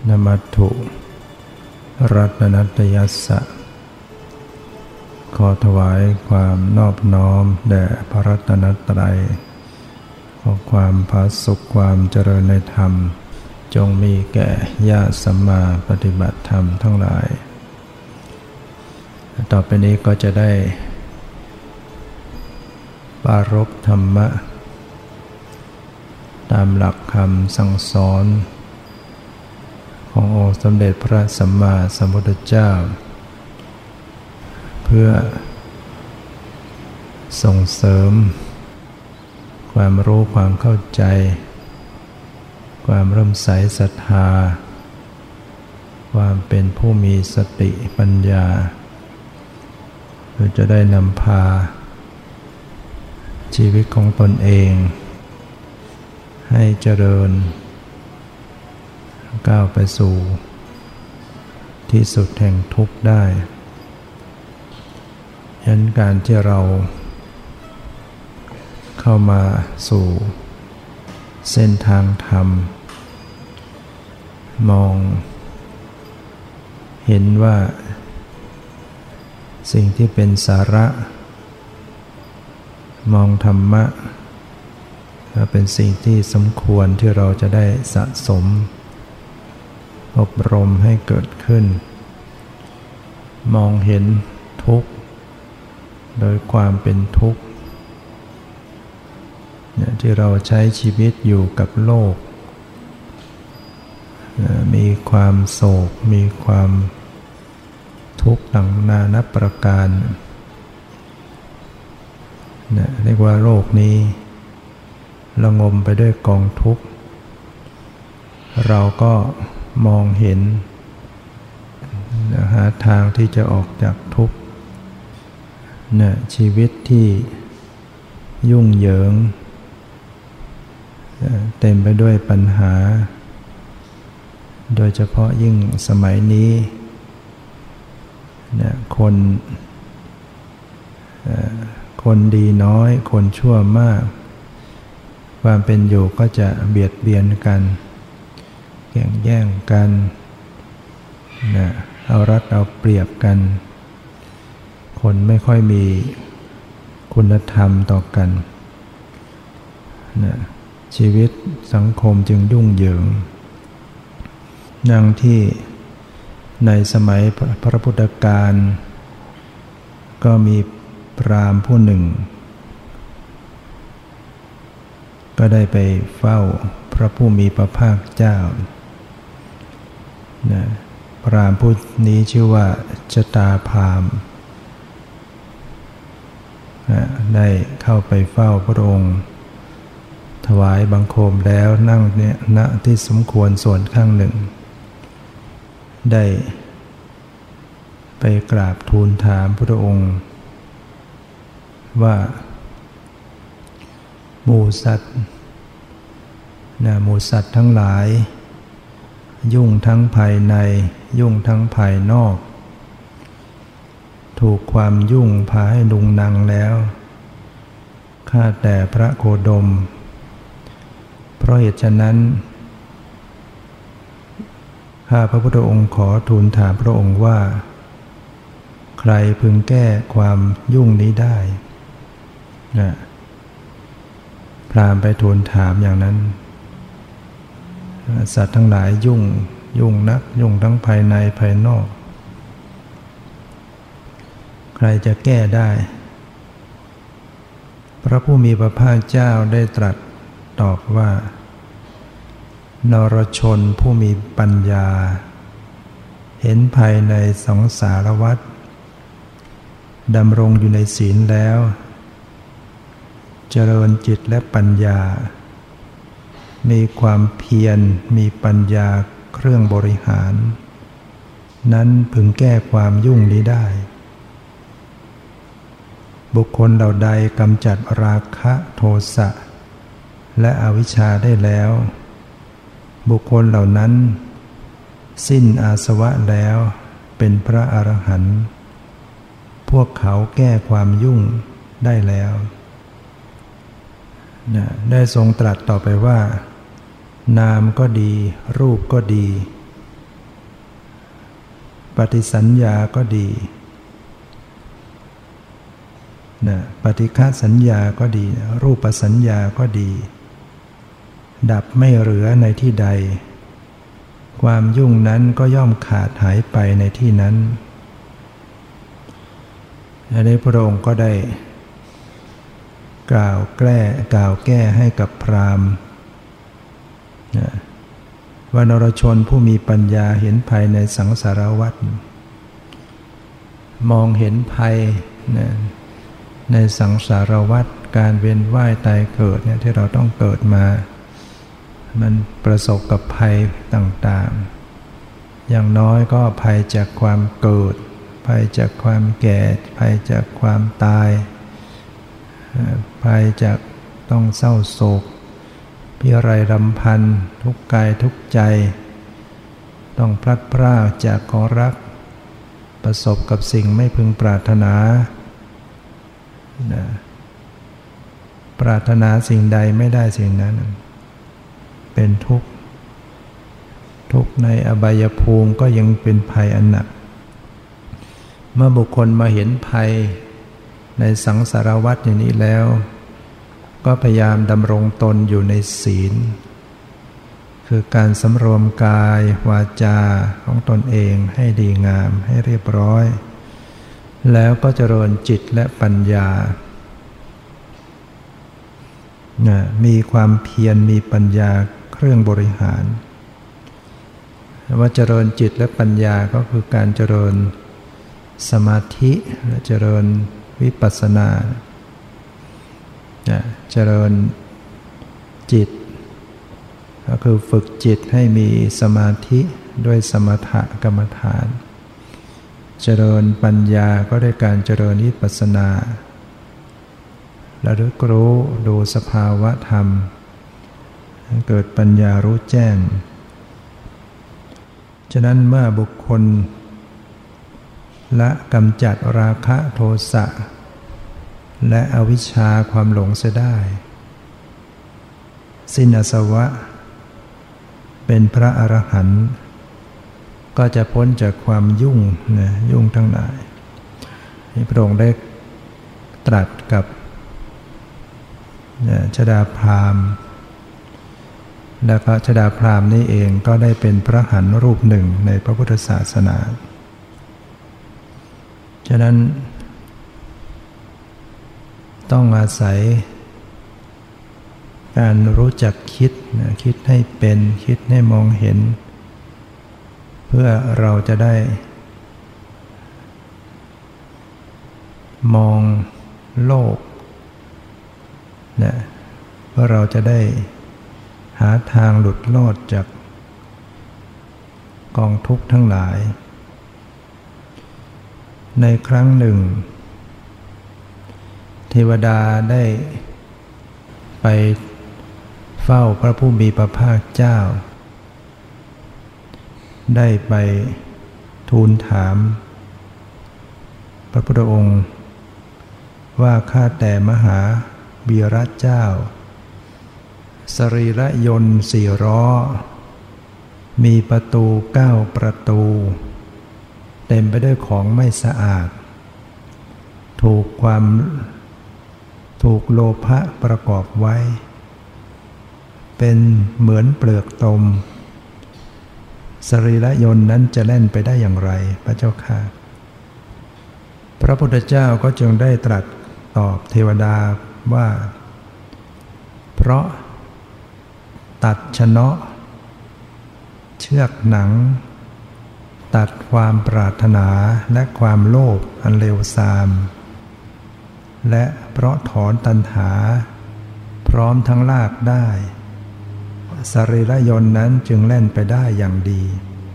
นมัตถุรัตนัตยัสสะขอถวายความนอบน้อมแด่พระรัตนตรัยขอความผาสุกความเจริญในธรรมจงมีแก่ญาติสัมมาปฏิบัติธรรมทั้งหลายต่อไปนี้ก็จะได้ปรารภธรรมะตามหลักคำสั่งสอนขององค์สมเด็จพระสัมมาสัมพุทธเจ้าเพื่อส่งเสริมความรู้ความเข้าใจความเริ่มใสศรัทธาความเป็นผู้มีสติปัญญาเพื่อจะได้นำพาชีวิตของตนเองให้เจริญก้าวไปสู่ที่สุดแห่งทุกข์ได้ฉะนั้นการที่เราเข้ามาสู่เส้นทางธรรมมองเห็นว่าสิ่งที่เป็นสาระมองธรรมะเป็นสิ่งที่สมควรที่เราจะได้สะสมอบรมให้เกิดขึ้นมองเห็นทุกข์โดยความเป็นทุกข์ที่เราใช้ชีวิตอยู่กับโลกมีความโศกมีความทุกข์ต่างนานับประการเรียกว่าโลกนี้ระงมไปด้วยกองทุกข์เราก็มองเห็นหาทางที่จะออกจากทุกข์ชีวิตที่ยุ่งเหยิงเต็มไปด้วยปัญหาโดยเฉพาะยิ่งสมัยนี้คนดีน้อยคนชั่วมากความเป็นอยู่ก็จะเบียดเบียนกันแข่งแย่งกันเอารัดเอาเปรียบกันคนไม่ค่อยมีคุณธรรมต่อกันชีวิตสังคมจึงยุ่งเหยิงดังที่ในสมัยพระพุทธกาลก็มีพราหมณ์ผู้หนึ่งก็ได้ไปเฝ้าพระผู้มีพระภาคเจ้าพราหมณ์ผู้นี้ชื่อว่าชตาพราหมณ์ได้เข้าไปเฝ้าพระองค์ถวายบังคมแล้วนั่งณที่สมควรส่วนข้างหนึ่งได้ไปกราบทูลถามพระองค์ว่าหมู่สัตว์ทั้งหลายยุ่งทั้งภายในยุ่งทั้งภายนอกถูกความยุ่งพาให้ลุงนังแล้วข้าแต่พระโคดมเพราะเหตุฉะนั้นข้าพระพุทธองค์ขอทูลถามพระองค์ว่าใครพึงแก้ความยุ่งนี้ได้พราหมณ์ไปทูลถามอย่างนั้นสัตว์ทั้งหลายยุ่งนักยุ่งทั้งภายในภายนอกใครจะแก้ได้พระผู้มีพระภาคเจ้าได้ตรัสตอบว่านรชนผู้มีปัญญาเห็นภายในสังสารวัฏดำรงอยู่ในศีลแล้วเจริญจิตและปัญญามีความเพียรมีปัญญาเครื่องบริหารนั้นพึงแก้ความยุ่งนี้ได้บุคคลเหล่าใดกำจัดราคะโทสะและอวิชชาได้แล้วบุคคลเหล่านั้นสิ้นอาสวะแล้วเป็นพระอรหันต์พวกเขาแก้ความยุ่งได้แล้ว ได้ทรงตรัสต่อไปว่านามก็ดีรูปก็ดีปฏิสัญญาก็ดีนะปฏิฆาสัญญาก็ดีรูปสัญญาก็ดีดับไม่เหลือในที่ใดความยุ่งนั้นก็ย่อมขาดหายไปในที่นั้นอันนี้พระองค์ก็ได้กล่าวแก้ให้กับพราหมณ์ว่านรชนผู้มีปัญญาเห็นภัยในสังสารวัฏมองเห็นภัยในสังสารวัฏการเวียนว่ายตายเกิดเนี่ยที่เราต้องเกิดมามันประสบกับภัยต่างๆอย่างน้อยก็ภัยจากความเกิดภัยจากความแก่ภัยจากความตายภัยจากต้องเศร้าโศกพิไรรำพันทุกข์กายทุกข์ใจต้องพลัดพรากจากของรักประสบกับสิ่งไม่พึงปรารถนาปรารถนาสิ่งใดไม่ได้สิ่งนั้นเป็นทุกข์ในอบายภูมิก็ยังเป็นภัยอันหนักเมื่อบุคคลมาเห็นภัยในสังสารวัฏอย่างนี้แล้วก็พยายามดำรงตนอยู่ในศีลคือการสำรวมกายวาจาของตนเองให้ดีงามให้เรียบร้อยแล้วก็เจริญจิตและปัญญามีความเพียรมีปัญญาเครื่องบริหารว่าเจริญจิตและปัญญาก็คือการเจริญสมาธิและเจริญวิปัสสนาเจริญจิตก็คือฝึกจิตให้มีสมาธิด้วยสมถกรรมฐานเจริญปัญญาก็ด้วยการเจริญวิปัสสนาระลึกรู้ดูสภาวะธรรมเกิดปัญญารู้แจ้งฉะนั้นเมื่อบุคคลละกำจัดราคะโทสะและอวิชชาความหลงเสียได้สิ้นอาสวะเป็นพระอรหันต์ก็จะพ้นจากความยุ่งทั้งหลายที่พระองค์ได้ตรัสกับชฎาพราหมณ์แล้วก็ชฎาพราหมณ์นี่เองก็ได้เป็นพระอรหันต์รูปหนึ่งในพระพุทธศาสนาฉะนั้นต้องอาศัยการรู้จักคิดให้เป็นคิดให้มองเห็นเพื่อเราจะได้มองโลกเพื่อเราจะได้หาทางหลุดรอดจากกองทุกข์ทั้งหลายในครั้งหนึ่งเทวดาได้ไปเฝ้าพระผู้มีพระภาคเจ้าได้ไปทูลถามพระพุทธองค์ว่าข้าแต่มหาวีระเจ้าสรีระยนต์สี่ล้อมีประตู9ประตูเต็มไปด้วยของไม่สะอาดถูกโลภะประกอบไว้เป็นเหมือนเปลือกตมสรีระยนต์นั้นจะแล่นไปได้อย่างไรพระเจ้าค่ะพระพุทธเจ้าก็จึงได้ตรัสตอบเทวดาว่าเพราะตัดชนะ เชือกหนังตัดความปรารถนาและความโลภอันเลวทรามและเพราะถอนตัณหาพร้อมทั้งลากได้สรีระยนต์นั้นจึงแล่นไปได้อย่างดี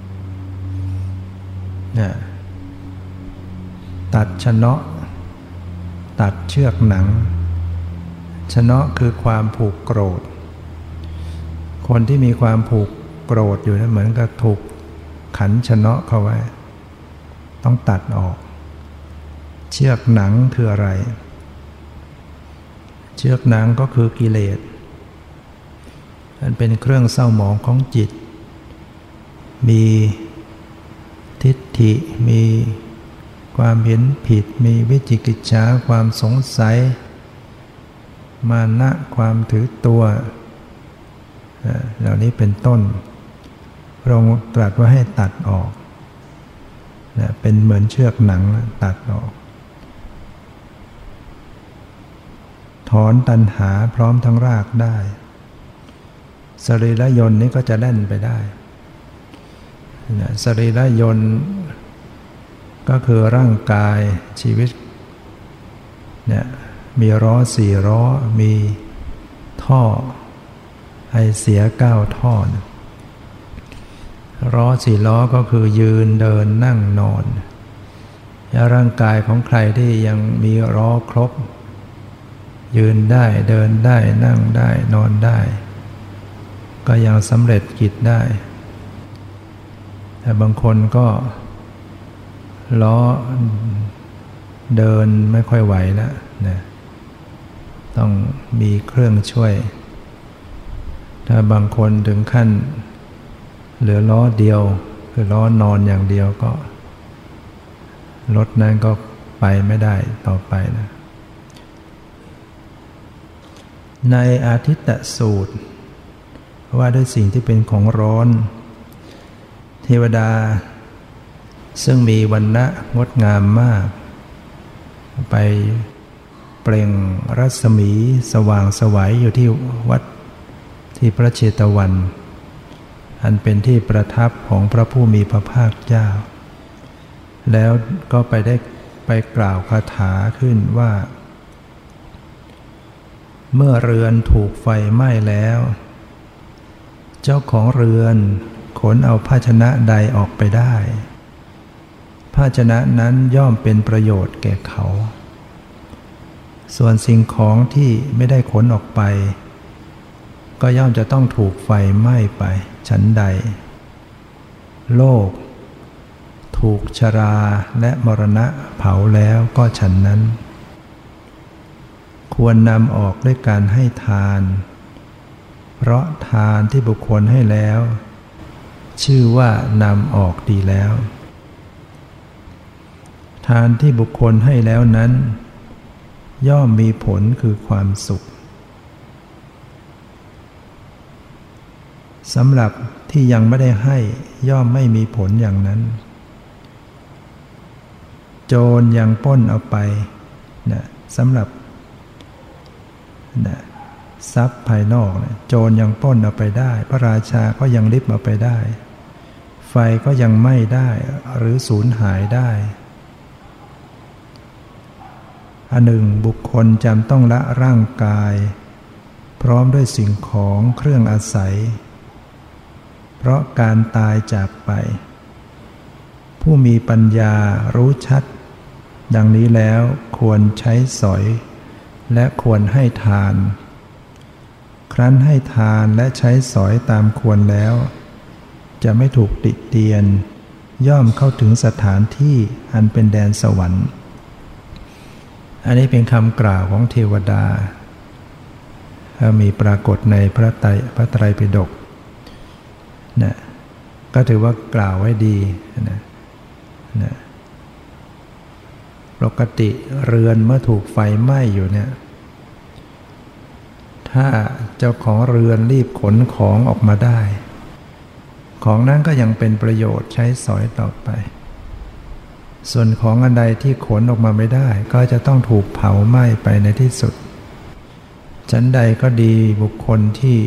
ตัดชนะตัดเชือกหนังชนะคือความผูกโกรธคนที่มีความผูกโกรธอยู่นั้นเหมือนกับถูกขันชนะเข้าไว้ต้องตัดออกเชือกหนังคืออะไรเชือกหนังก็คือกิเลสมันเป็นเครื่องเศร้าหมองของจิตมีทิฏฐิมีความเห็นผิดมีวิจิกิจฉาความสงสัยมานะความถือตัวเหล่านี้เป็นต้นพระองค์ตรัสว่าให้ตัดออกเป็นเหมือนเชือกหนังตัดออกถอนตัณหาพร้อมทั้งรากได้สรีระยนต์นี้ก็จะแล่นไปได้สรีระยนต์ก็คือร่างกายชีวิตเนี่ยมีล้อสี่ล้อมีท่อไอเสีย9ท่อล้อสี่ล้อก็คือยืนเดินนั่งนอนร่างกายของใครที่ยังมีล้อครบยืนได้เดินได้นั่งได้นอนได้ก็ยังสำเร็จกิจได้แต่บางคนก็ล้อเดินไม่ค่อยไหวแล้วนะต้องมีเครื่องช่วยถ้าบางคนถึงขั้นเหลือล้อเดียวคือล้อนอนอย่างเดียวก็รถนั้นก็ไปไม่ได้ต่อไปนะในอาทิตตสูตรว่าด้วยสิ่งที่เป็นของร้อนเทวดาซึ่งมีวรรณะงดงามมากไปเปล่งรัศมีสว่างไสวอยู่ที่วัดที่พระเชตวันอันเป็นที่ประทับของพระผู้มีพระภาคเจ้าแล้วก็ไปกล่าวคาถาขึ้นว่าเมื่อเรือนถูกไฟไหม้แล้วเจ้าของเรือนขนเอาภาชนะใดออกไปได้ภาชนะนั้นย่อมเป็นประโยชน์แก่เขาส่วนสิ่งของที่ไม่ได้ขนออกไปก็ย่อมจะต้องถูกไฟไหม้ไปฉันใดโลกถูกชราและมรณะเผาแล้วก็ฉันนั้นควรนำออกด้วยการให้ทานเพราะทานที่บุคคลให้แล้วชื่อว่านำออกดีแล้วทานที่บุคคลให้แล้วนั้นย่อมมีผลคือความสุขสำหรับที่ยังไม่ได้ให้ย่อมไม่มีผลอย่างนั้นโจรยังปล้นเอาไปนะสำหรับนะทรัพย์ภายนอกนะโจรยังปล้นเอาไปได้พระราชาก็ยังริบเอาไปได้ไฟก็ยังไหม้ได้หรือสูญหายได้อันหนึ่งบุคคลจำต้องละร่างกายพร้อมด้วยสิ่งของเครื่องอาศัยเพราะการตายจากไปผู้มีปัญญารู้ชัดดังนี้แล้วควรใช้สอยและควรให้ทานครั้นให้ทานและใช้สอยตามควรแล้วจะไม่ถูกติเตียนย่อมเข้าถึงสถานที่อันเป็นแดนสวรรค์อันนี้เป็นคำกล่าวของเทวดามีปรากฏในพระไตรปิฎกนะก็ถือว่ากล่าวไว้ดีนะปกติเรือนเมื่อถูกไฟไหม้อยู่เนี่ยถ้าเจ้าของเรือนรีบขนของออกมาได้ของนั้นก็ยังเป็นประโยชน์ใช้สอยต่อไปส่วนของอันใดที่ขนออกมาไม่ได้ก็จะต้องถูกเผาไหม้ไปในที่สุดชั้นใดก็ดีบุคคลที่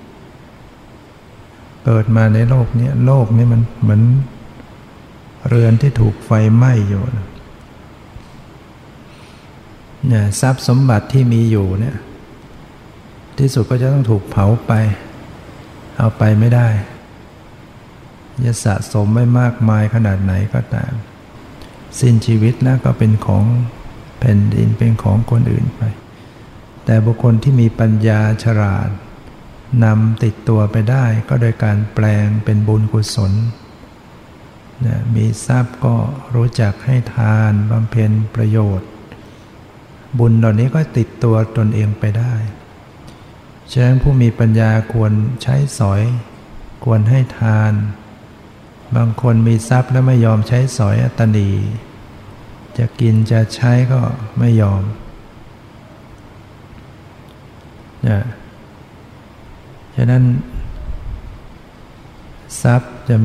เกิดมาในโลกนี้มันเหมือนเรือนที่ถูกไฟไหม้อยู่เนี่ยทรัพย์สมบัติที่มีอยู่เนี่ยที่สุดก็จะต้องถูกเผาไปเอาไปไม่ได้จะสะสมไม่มากมายขนาดไหนก็ตามสิ้นชีวิตแล้วก็เป็นของแผ่นดินเป็นของคนอื่นไปแต่บุคคลที่มีปัญญาฉลาดนำติดตัวไปได้ก็โดยการแปลงเป็นบุญกุศลมีทรัพย์ก็รู้จักให้ทานบำเพ็ญประโยชน์บุญเหล่านี้ก็ติดตัวตนเองไปได้ฉะนั้นผู้มีปัญญาควรใช้สอยควรให้ทานบางคนมีทรัพย์แล้วไม่ยอมใช้สอยอัตนีจะกินจะใช้ก็ไม่ยอมฉะนั้นทรัพย์จะ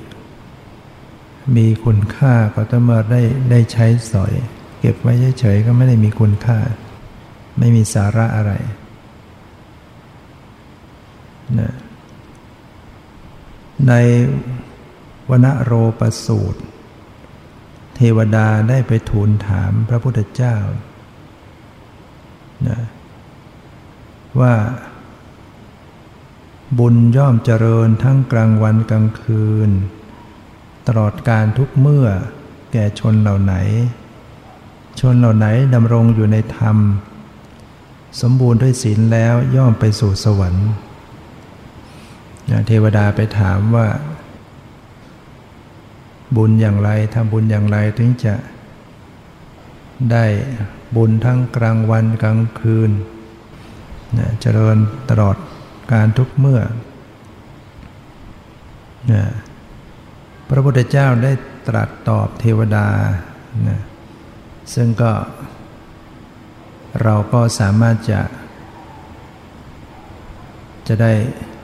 มีคุณค่าก็ต้องเมื่อได้ใช้สอยเก็บไว้เฉยๆก็ไม่ได้มีคุณค่าไม่มีสาระอะไรนะในวนโรปสูตรเทวดาได้ไปทูลถามพระพุทธเจ้านะว่าบุญย่อมเจริญทั้งกลางวันกลางคืนตลอดการทุกเมื่อแก่ชนเหล่าไหนชนเหล่าไหนดำรงอยู่ในธรรมสมบูรณ์ด้วยศีลแล้วย่อมไปสู่สวรรค์เทวดาไปถามว่าบุญอย่างไรทำบุญอย่างไรถึงจะได้บุญทั้งกลางวันกลางคืนเจริญตลอดการทุกเมื่อพระพุทธเจ้าได้ตรัสตอบเทวดาซึ่งก็เราก็สามารถจะได้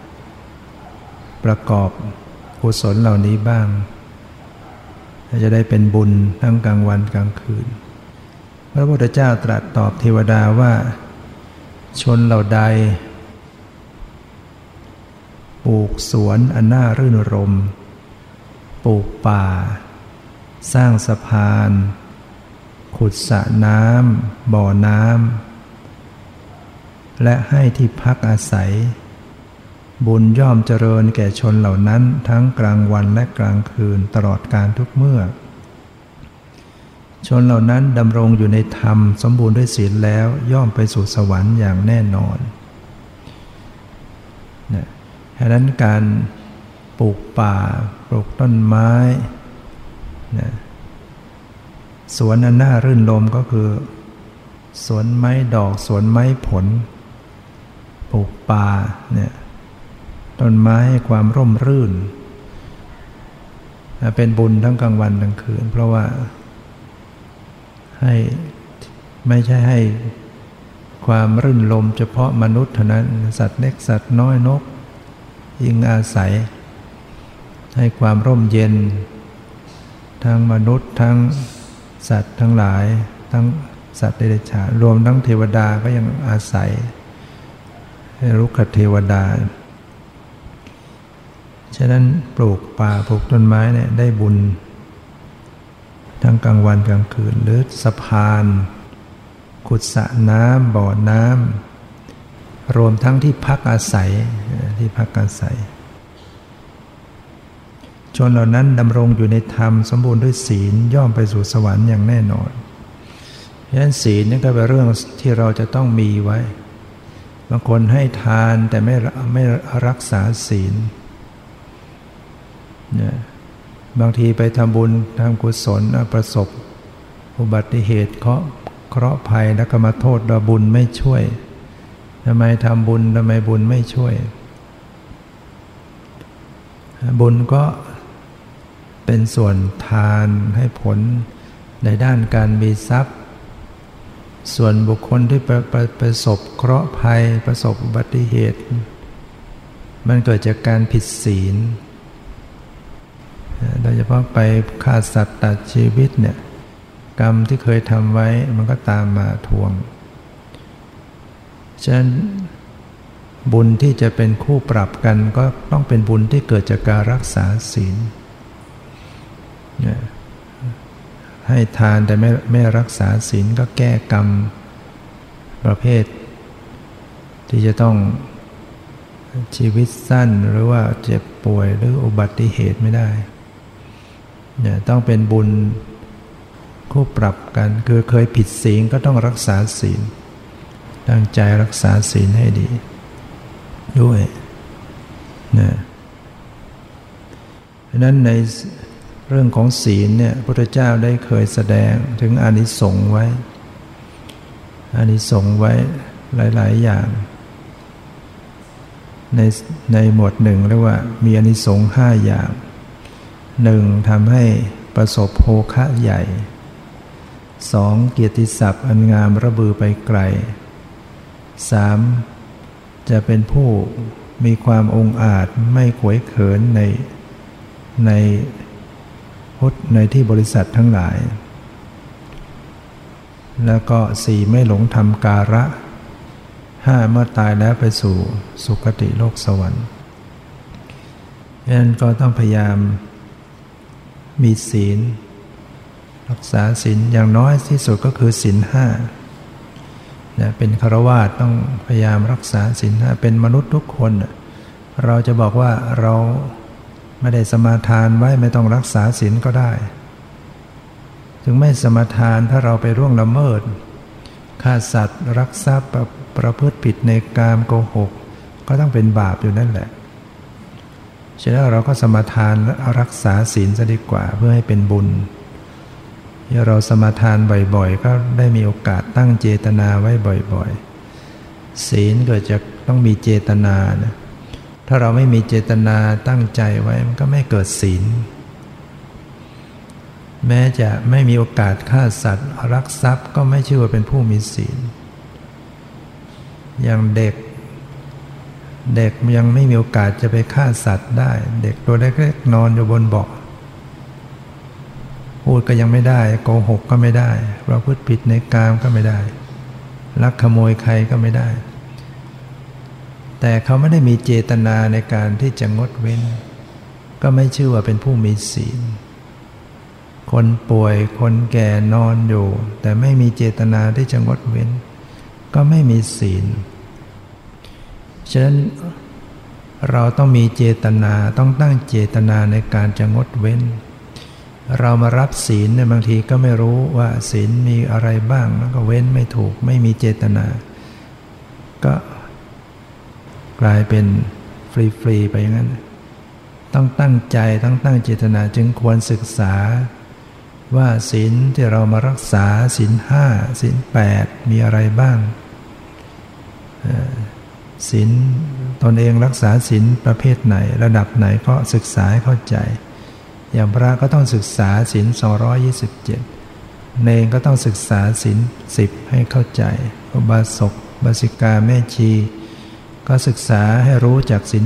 ประกอบกุศลเหล่านี้บ้างจะได้เป็นบุญทั้งกลางวันกลางคืนพระพุทธเจ้าตรัสตอบเทวดาว่าชนเหล่าใดปลูกสวนอันน่ารื่นรมย์ปลูกป่าสร้างสะพานขุดสระน้ำบ่อน้ำและให้ที่พักอาศัยบุญย่อมเจริญแก่ชนเหล่านั้นทั้งกลางวันและกลางคืนตลอดการทุกเมื่อชนเหล่านั้นดำรงอยู่ในธรรมสมบูรณ์ด้วยศีลแล้วย่อมไปสู่สวรรค์อย่างแน่นอนฉะนั้นการปลูกป่าปลูกต้นไม้สวนอันน่ารื่นรมย์ก็คือสวนไม้ดอกสวนไม้ผลปลูกป่าเนี่ยต้นไม้ให้ความร่มรื่นเป็นบุญทั้งกลางวันกลางคืนเพราะว่าไม่ใช่ให้ความรื่นรมย์เฉพาะมนุษย์เท่านั้นสัตว์เล็กสัตว์น้อยนกยิงอาศัยให้ความร่มเย็นทั้งมนุษย์ทั้งสัตว์ทั้งหลายทั้งสัตว์เดรัจฉานรวมทั้งเทวดาก็ยังอาศัยรุกขเทวดาฉะนั้นปลูกป่าปลูกต้นไม้เนี่ยได้บุญทั้งกลางวันกลางคืนหรือสะพานขุดสระน้ำบ่อน้ำรวมทั้งที่พักอาศัยชนเหล่านั้นดำรงอยู่ในธรรมสมบูรณ์ด้วยศีลย่อมไปสู่สวรรค์อย่างแน่นอนเพราะฉะนั้นศีลนี่ก็เป็นเรื่องที่เราจะต้องมีไว้บางคนให้ทานแต่ไม่รักษาศีลบางทีไปทำบุญทำกุศลประสบอุบัติเหตุเคราะห์ภัยแล้วก็มาโทษว่าบุญไม่ช่วยทำไมทำบุญทำไมบุญไม่ช่วยบุญก็เป็นส่วนทานให้ผลในด้านการมีทรัพย์ส่วนบุคคลที่ประสบเคราะห์ภัยประสบอุบัติเหตุมันเกิดจากการผิดศีลโดยเฉพาะไปฆ่าสัตว์ตัดชีวิตเนี่ยกรรมที่เคยทำไว้มันก็ตามมาทวงฉะนั้นบุญที่จะเป็นคู่ปรับกันก็ต้องเป็นบุญที่เกิดจากการรักษาศีลให้ทานแต่ไม่รักษาศีลก็แก้กรรมประเภทที่จะต้องชีวิตสั้นหรือว่าเจ็บป่วยหรืออุบัติเหตุไม่ได้ต้องเป็นบุญคู่ปรับกันคือเคยผิดศีลก็ต้องรักษาศีลตั้งใจรักษาศีลให้ดีด้วยเพราะนั้นในเรื่องของศีลเนี่ยพระพุทธเจ้าได้เคยแสดงถึงอานิสงส์ไว้หลายๆอย่างในหมวดหนึ่งเรียกว่ามีอานิสงส์5อย่าง 1. ทำให้ประสบโภคะใหญ่ 2. เกียรติศัพท์อันงามระบือไปไกล 3. จะเป็นผู้มีความองอาจไม่ขวยเขินในที่บริษัททั้งหลาย แล้วก็ 4. ไม่หลงทำการะ 5. เมื่อตายแล้วไปสู่สุคติโลกสวรรค์ดังนั้นก็ต้องพยายามมีศีลรักษาศีลอย่างน้อยที่สุดก็คือศีล 5เป็นฆราวาสต้องพยายามรักษาศีล 5เป็นมนุษย์ทุกคนเราจะบอกว่าเราไม่ได้สมาทานไว้ไม่ต้องรักษาศีลก็ได้ถึงไม่สมาทานถ้าเราไปล่วงละเมิดฆ่าสัตว์รักทรัพย์ประพฤติผิดในกามโกหกก็ต้องเป็นบาปอยู่นั่นแหละฉะนั้นเราก็สมาทานและรักษาศีลซะดีกว่าเพื่อให้เป็นบุญที่เราสมาทานบ่อยๆก็ได้มีโอกาสตั้งเจตนาไว้บ่อยๆศีลเกิดจะต้องมีเจตนานะถ้าเราไม่มีเจตนาตั้งใจไว้มันก็ไม่เกิดศีลแม้จะไม่มีโอกาสฆ่าสัตว์รักทรัพย์ก็ไม่ชื่อว่าเป็นผู้มีศีลอย่างเด็กยังไม่มีโอกาสจะไปฆ่าสัตว์ได้เด็กตัวเล็กๆนอนอยู่บนเบาะพูดก็ยังไม่ได้โกหกก็ไม่ได้ประพฤติผิดในกามก็ไม่ได้ลักขโมยใครก็ไม่ได้แต่เขาไม่ได้มีเจตนาในการที่จะงดเว้นก็ไม่ชื่อว่าเป็นผู้มีศีลคนป่วยคนแก่นอนอยู่แต่ไม่มีเจตนาที่จะงดเว้นก็ไม่มีศีลฉะนั้นเราต้องมีเจตนาต้องตั้งเจตนาในการจะงดเว้นเรามารับศีลเนี่ยบางทีก็ไม่รู้ว่าศีลมีอะไรบ้างแล้วก็เว้นไม่ถูกไม่มีเจตนาก็กลายเป็นฟรีๆไปอย่างนั้นต้องตั้งใจต้องตั้งเจตนาจึงควรศึกษาว่าศีลที่เรามารักษาศีล 5ศีล 8มีอะไรบ้างศีลตนเองรักษาศีลประเภทไหนระดับไหนก็ศึกษาให้เข้าใจอย่างพระก็ต้องศึกษาศีล227เณรก็ต้องศึกษาศีล10ให้เข้าใจอุบาสกอุบาสิกาแม่ชีก็ศึกษาให้รู้จากศีล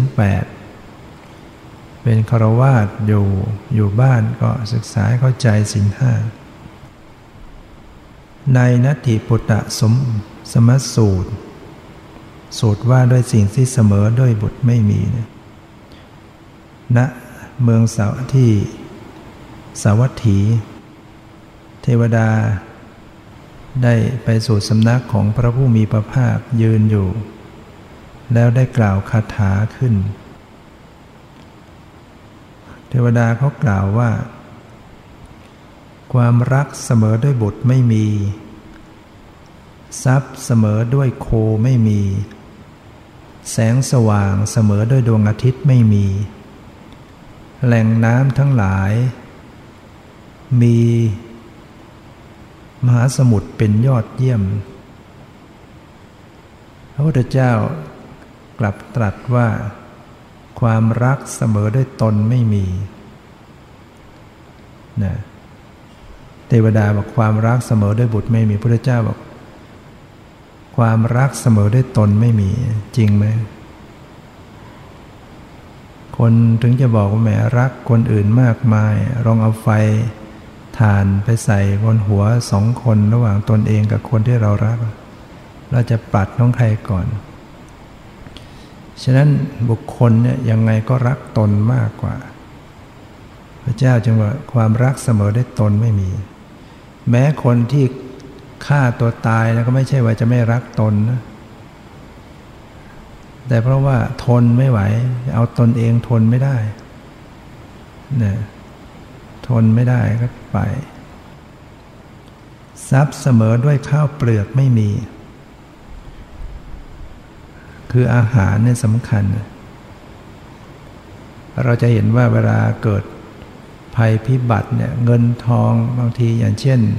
8เป็นฆราวาสอยู่บ้านก็ศึกษาให้เข้าใจศีล 5ในนัตถิปุตตะสมัสสูตรว่าด้วยสิ่งที่เสมอด้วยบุตรไม่มีณเมืองที่สาวัตถีเทวดาได้ไปสู่สำนักของพระผู้มีพระภาคยืนอยู่แล้วได้กล่าวคาถาขึ้นเทวดาเขากล่าวว่าความรักเสมอด้วยบุตรไม่มีทรัพย์เสมอด้วยโคไม่มีแสงสว่างเสมอด้วยดวงอาทิตย์ไม่มีแหล่งน้ำทั้งหลายมีมหาสมุทรเป็นยอดเยี่ยมพระพุทธเจ้ากลับตรัสว่าความรักเสมอด้วยตนไม่มีนะเทวดาบอกความรักเสมอด้วยบุตรไม่มีพระพุทธเจ้าบอกความรักเสมอด้วยตนไม่มีจริงไหมคนถึงจะบอกว่าแหมรักคนอื่นมากมายลองเอาไฟถ่านไปใส่บนหัว2คนระหว่างตนเองกับคนที่เรารักเราจะปัดน้องใครก่อนฉะนั้นบุคคลเนี่ยยังไงก็รักตนมากกว่าพระเจ้าจึงว่าความรักเสมอด้วยตนไม่มีแม้คนที่ฆ่าตัวตายนะก็ไม่ใช่ว่าจะไม่รักตนนะแต่เพราะว่าทนไม่ไหวเอาตนเองทนไม่ได้เนี่ยทนไม่ได้ก็ไปทรัพย์เสมอด้วยข้าวเปลือกไม่มีคืออาหารเนี่ยสำคัญเราจะเห็นว่าเวลาเกิดภัยพิบัติเนี่ยเงินทองบางทีอย่างเช่น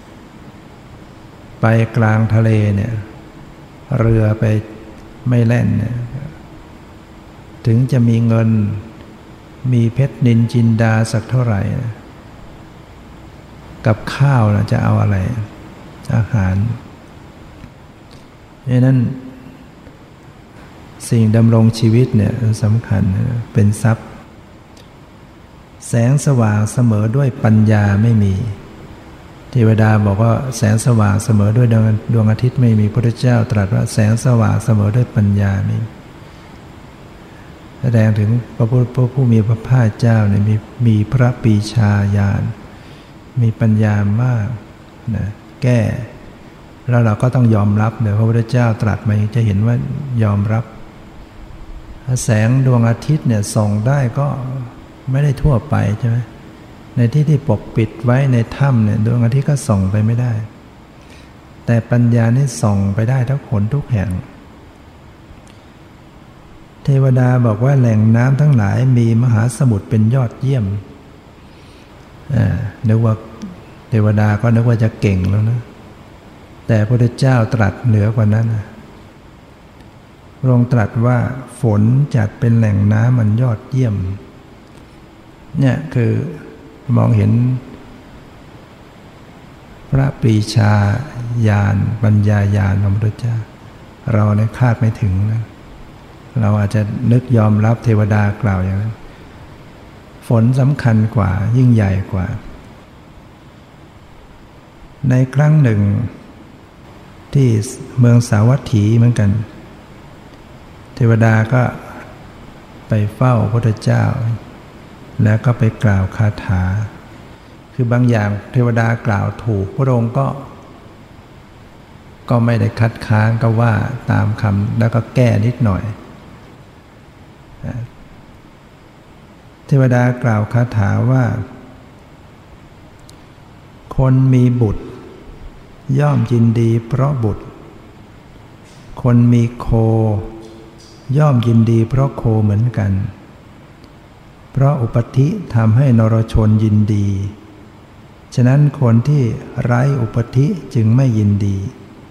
ไปกลางทะเลเนี่ยเรือไปไม่แล่นเนี่ยถึงจะมีเงินมีเพชรนิลจินดาสักเท่าไหร่กับข้าวนะจะเอาอะไรอาหารดังนั้นสิ่งดำรงชีวิตเนี่ยสำคัญเป็นทรัพย์แสงสว่างเสมอด้วยปัญญาไม่มีเทวดาบอกว่าแสงสว่างเสมอด้วยดวงอาทิตย์ไม่มีพระพุทธเจ้าตรัสว่าแสงสว่างเสมอด้วยปัญญาไม่มีแสดงถึงพระผู้มีพระภาคเจ้าเนี่ยมีพระปรีชาญาณมีปัญญามากนะแก้แล้วเราก็ต้องยอมรับเดี๋ยวพระพุทธเจ้าตรัสมาจะเห็นว่ายอมรับแสงดวงอาทิตย์เนี่ยส่องได้ก็ไม่ได้ทั่วไปใช่ไหมในที่ปกปิดไว้ในถ้ำเนี่ยดวงอาทิตย์ก็ส่องไปไม่ได้แต่ปัญญานี่ส่องไปได้ทุกหนทุกแห่งเทวดาบอกว่าแหล่งน้ำทั้งหลายมีมหาสมุทรเป็นยอดเยี่ยมนึกว่าเทวดาก็นึกว่าจะเก่งแล้วนะแต่พระพุทธเจ้าตรัสเหนือกว่านั้นพระองค์ตรัสว่าฝนจัดเป็นแหล่งน้ำมันยอดเยี่ยมเนี่ยคือมองเห็นพระปรีชาญาณปัญญาญาณของพระพุทธเจ้าเราเนี่ยคาดไม่ถึงนะเราอาจจะนึกยอมรับเทวดากล่าวอย่างนั้นฝนสำคัญกว่ายิ่งใหญ่กว่าในครั้งหนึ่งที่เมืองสาวัตถีเหมือนกันเทวดาก็ไปเฝ้าพระพุทธเจ้าแล้วก็ไปกล่าวคาถาคือบางอย่างเทวดากล่าวถูกพระองค์ก็ไม่ได้คัดค้านก็ว่าตามคำแล้วก็แก้นิดหน่อยเทวดากล่าวคาถาว่าคนมีบุตรย่อมยินดีเพราะบุตรคนมีโคย่อมยินดีเพราะโคเหมือนกันเพราะอุปธิทำให้นรชนยินดีฉะนั้นคนที่ไร้อุปธิจึงไม่ยินดี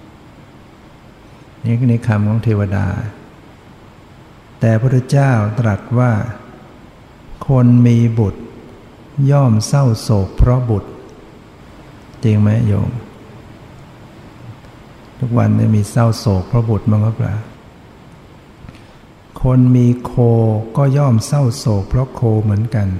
นี่คือในคำของเทวดาแต่พระพุทธเจ้าตรัสว่าคนมีบุตรย่อมเศร้าโศกเพราะบุตรจริงไหมโยมทุกวันมีเศร้าโศกเพราะบุตรมั้งหรือเปล่าคนมีโคก็ย่อมเศร้าโศกเพราะโคเหมือนกัน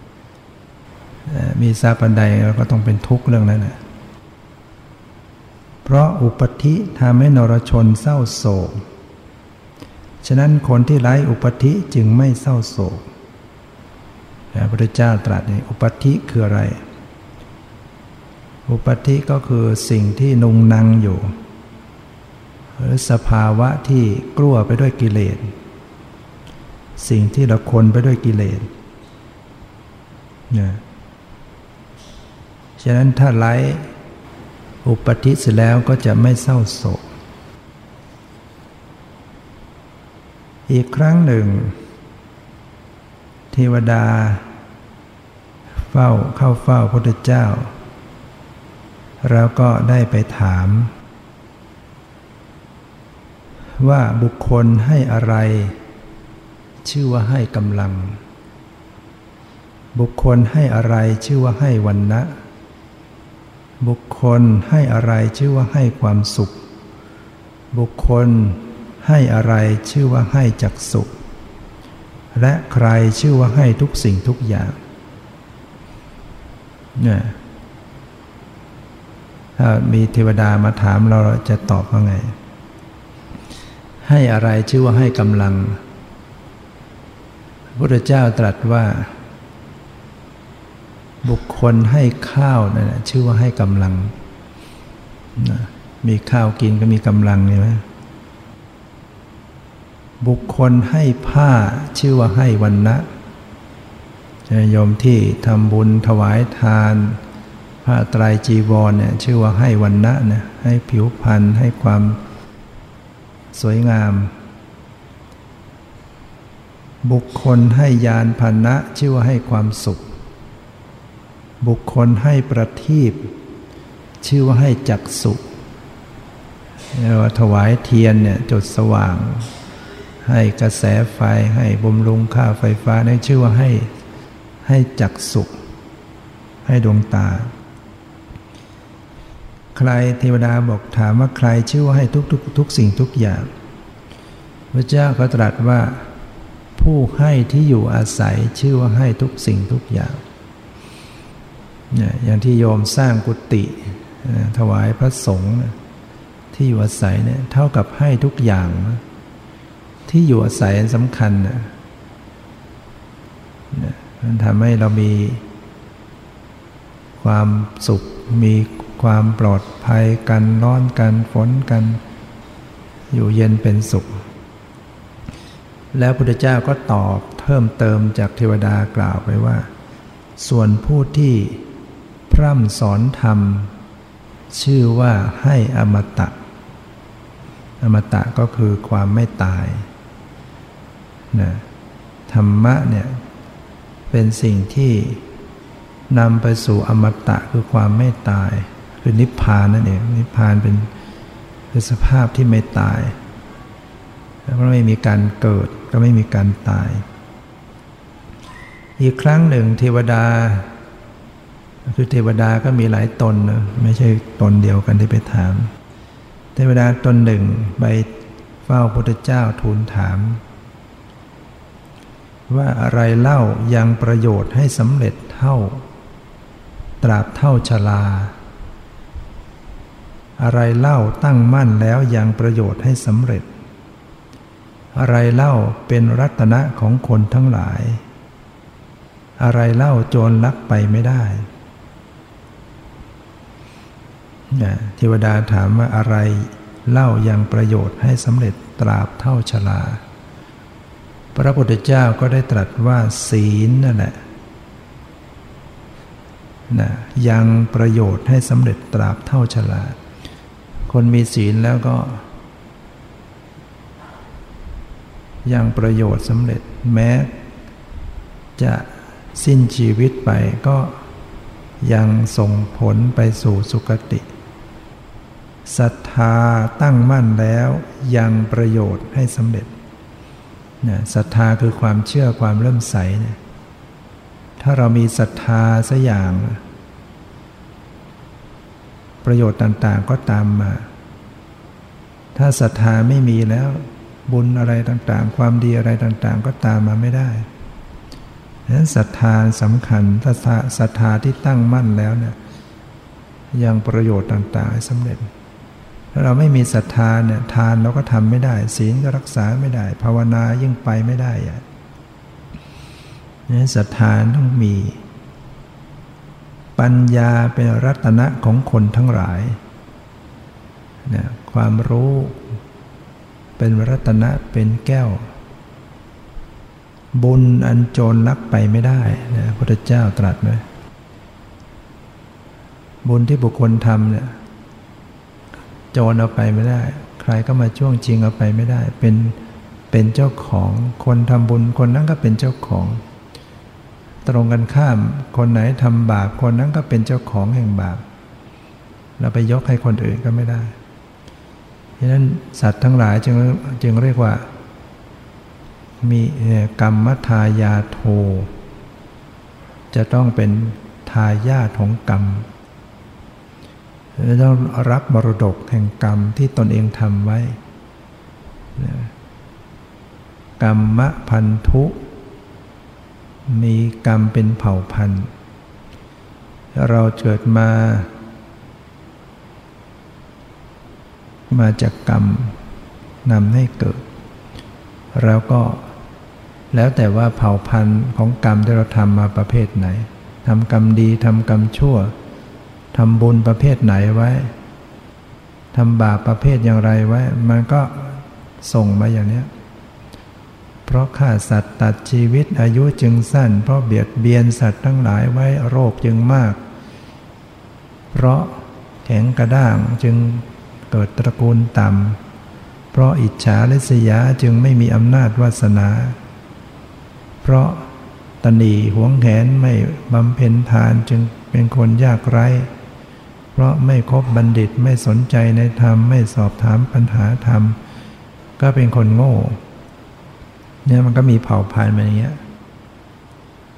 มีทรัพย์อันใดเราก็ต้องเป็นทุกข์เรื่องนั้นนะเพราะอุปธิทำให้นรชนเศร้าโศกฉะนั้นคนที่ไร้อุปธิจึงไม่เศร้าโศกพระพุทธเจ้าตรัสนี่อุปธิคืออะไรอุปธิก็คือสิ่งที่นุงนังอยู่หรือสภาวะที่กลัวไปด้วยกิเลสสิ่งที่เราคนไปด้วยกิเลสเนี่ยฉะนั้นถ้าไร้อุปธิเสร็จแล้วก็จะไม่เศร้าโศกอีกครั้งหนึ่งเทวดาเข้าเฝ้าพระพุทธเจ้าแล้วก็ได้ไปถามว่าบุคคลให้อะไรชื่อว่าให้กำลังบุคคลให้อะไรชื่อว่าให้วรรณะบุคคลให้อะไรชื่อว่าให้ความสุขบุคคลให้อะไรชื่อว่าให้จักษุและใครชื่อว่าให้ทุกสิ่งทุกอย่างเนี่ยถ้ามีเทวดามาถามเราจะตอบว่าไงให้อะไรชื่อว่าให้กำลังพระพุทธเจ้าตรัสว่าบุคคลให้ข้าวนั่นแหละชื่อว่าให้กำลังมีข้าวกินก็มีกำลังใช่ไหมบุคคลให้ผ้าชื่อว่าให้วรรณะโยมที่ทำบุญถวายทานผ้าไตรจีวรเนี่ยชื่อว่าให้วรรณะนะให้ผิวพรรณให้ความสวยงามบุคคลให้ยานพาหนะชื่อว่าให้ความสุขบุคคลให้ประทีปชื่อว่าให้จักษุเราถวายเทียนเนี่ยจุดสว่างให้กระแสไฟให้บำรุงค่าไฟฟ้านี่ชื่อว่าให้ให้จักษุให้ดวงตาใครเทวดาบอกถามว่าใครชื่อว่าให้ทุกสิ่งทุกอย่างพระเจ้าก็ตรัสว่าผู้ให้ที่อยู่อาศัยชื่อว่าให้ทุกสิ่งทุกอย่างอย่างที่โยมสร้างกุฏิถวายพระสงฆ์ที่อยู่อาศัยเนี่ยเท่ากับให้ทุกอย่างที่อยู่อาศัยสำคัญมันทำให้เรามีความสุขมีความปลอดภัยกันร้อนกันฝนกันอยู่เย็นเป็นสุขแล้วพุทธเจ้าก็ตอบเพิ่มเติมจากเทวดากล่าวไปว่าส่วนผู้ที่พร่ำสอนธรรมชื่อว่าให้อมตะอมตะก็คือความไม่ตายนะธรรมะเนี่ยเป็นสิ่งที่นำไปสู่อมตะคือความไม่ตายคือนิพพานนั่นเองนิพพานเป็นสภาพที่ไม่ตายแล้วก็ไม่มีการเกิดก็ไม่มีการตายอีกครั้งหนึ่งเทวดาคือเทวดาก็มีหลายตนนะไม่ใช่ตนเดียวกันที่ไปถามเทวดาตนหนึ่งไปเฝ้าพระพุทธเจ้าทูลถามว่าอะไรเล่ายังประโยชน์ให้สำเร็จเท่าตราบเท่าชราอะไรเล่าตั้งมั่นแล้วยังประโยชน์ให้สำเร็จอะไรเล่าเป็นรัตนะของคนทั้งหลายอะไรเล่าโจรลักไปไม่ได้เทวดาถามว่าอะไรเล่ายังประโยชน์ให้สำเร็จตราบเท่าชราพระพุทธเจ้าก็ได้ตรัสว่าศีลนั่นแหละยังประโยชน์ให้สำเร็จตราบเท่าชราคนมีศีลแล้วก็ยังประโยชน์สำเร็จแม้จะสิ้นชีวิตไปก็ยังส่งผลไปสู่สุคติศรัทธาตั้งมั่นแล้วยังประโยชน์ให้สำเร็จศรัทธาคือความเชื่อความเริ่มใสเนี่ยถ้าเรามีศรัทธาสักอย่างประโยชน์ต่างๆก็ตามมาถ้าศรัทธาไม่มีแล้วบุญอะไรต่างๆความดีอะไรต่างๆก็ตามมาไม่ได้ดังนั้นศรัทธาสำคัญถ้าศรัทธาที่ตั้งมั่นแล้วเนี่ยยังประโยชน์ต่างๆให้สำเร็จถ้าเราไม่มีศรัทธาเนี่ยทานเราก็ทำไม่ได้ศีลก็รักษาไม่ได้ภาวนายิ่งไปไม่ได้เนี่ยศรัทธาต้องมีปัญญาเป็นรัตนะของคนทั้งหลายเนี่ยความรู้เป็นรัตนะเป็นแก้วบุญอันโจรลักไปไม่ได้นะพระพุทธเจ้าตรัสไว้บุญที่บุคคลทำเนี่ยโจรเอาไปไม่ได้ใครก็มาช่วงชิงเอาไปไม่ได้เป็นเจ้าของคนทำบุญคนนั้นก็เป็นเจ้าของตรงกันข้ามคนไหนทำบาปคนนั้นก็เป็นเจ้าของแห่งบาปเราไปยกให้คนอื่นก็ไม่ได้ฉะนั้นสัตว์ทั้งหลายจึงเรียกว่ามีกรรมทายาโทจะต้องเป็นทายาทของกรรมต้องรับมรดกแห่งกรรมที่ตนเองทำไว้กรรมพันธุมีกรรมเป็นเผ่าพันธุ์เราเกิดมาจากกรรมนำให้เกิดแล้วก็แล้วแต่ว่าเผ่าพันธุ์ของกรรมที่เราทำมาประเภทไหนทำกรรมดีทำกรรมชั่วทำบุญประเภทไหนไว้ทำบาปประเภทอย่างไรไว้มันก็ส่งมาอย่างนี้เพราะฆ่าสัตว์ตัดชีวิตอายุจึงสั้นเพราะเบียดเบียนสัตว์ทั้งหลายไว้โรคจึงมากเพราะแข็งกระด้างจึงเกิดตระกูลต่ำเพราะอิจฉาริษยาจึงไม่มีอำนาจวาสนาเพราะตณีหวงแหนไม่บำเพ็ญทานจึงเป็นคนยากไร้เพราะไม่คบบัณฑิตไม่สนใจในธรรมไม่สอบถามปัญหาธรรมก็เป็นคนโง่เนี่ยมันก็มีเผ่าพันธุ์มาอย่างเงี้ย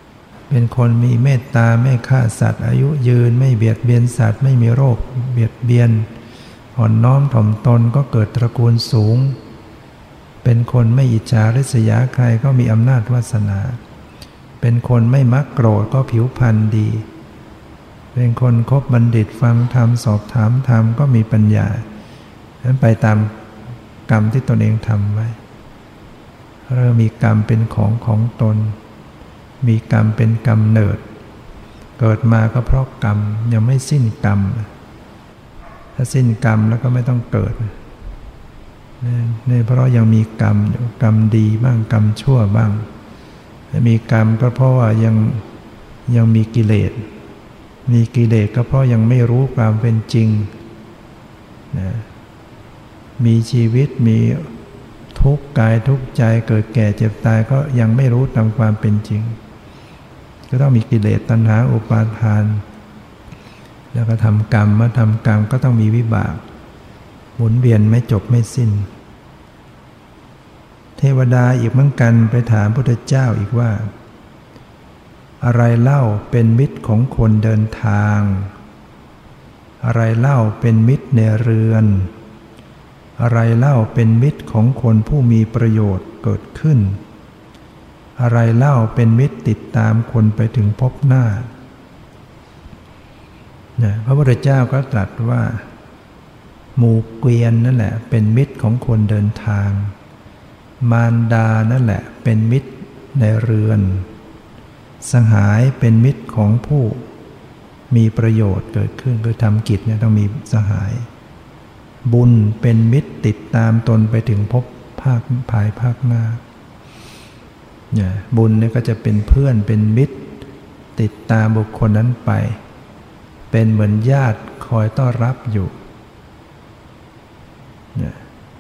เป็นคนมีเมตตาไม่ฆ่าสัตว์อายุยืนไม่เบียดเบียนสัตว์ไม่มีโรคเบียดเบียนอ่อนน้อมถ่อมตนก็เกิดตระกูลสูงเป็นคนไม่อิจฉาริษยาใครก็มีอำนาจวาสนาเป็นคนไม่มักโกรธก็ผิวพรรณดีเป็นคนคบบัณฑิตฟังธรรมสอบถามธรรมก็มีปัญญานั้นไปตามกรรมที่ตนเองทำไว้เริ่มมีกรรมเป็นของตนมีกรรมเป็นกำเนิดเกิดมาก็เพราะกรรมยังไม่สิ้นกรรมถ้าสิ้นกรรมแล้วก็ไม่ต้องเกิดนี่เพราะยังมีกรรมกรรมดีบ้างกรรมชั่วบ้างมีกรรมก็เพราะว่ายังมีกิเลสมีกิเลสก็เพราะยังไม่รู้ความเป็นจริงนะมีชีวิตมีทุกข์กายทุกข์ใจเกิดแก่เจ็บตายก็ยังไม่รู้ตามความเป็นจริงก็ต้องมีกิเลสตัณหาอุปาทานแล้วก็ทำกรรมมาทำกรรมก็ต้องมีวิบากหมุนเวียนไม่จบไม่สิ้นเทวดาอีกเหมือนกันไปถามพระพุทธเจ้าอีกว่าอะไรเล่าเป็นมิตรของคนเดินทางอะไรเล่าเป็นมิตรในเรือนอะไรเล่าเป็นมิตรของคนผู้มีประโยชน์เกิดขึ้นอะไรเล่าเป็นมิตรติดตามคนไปถึงพบหน้าพระพุทธเจ้าก็ตรัสว่าหมู่เกวียนนั่นแหละเป็นมิตรของคนเดินทางมารดานั่นแหละเป็นมิตรในเรือนสหายเป็นมิตรของผู้มีประโยชน์เกิดขึ้นคือทำกิจเนี่ยต้องมีสหายบุญเป็นมิตรติดตามตนไปถึงพบภายภาคหน้าเนี่ยบุญเนี่ยก็จะเป็นเพื่อนเป็นมิตรติดตามบุคคลนั้นไปเป็นเหมือนญาติคอยต้อนรับอยู่เนี่ย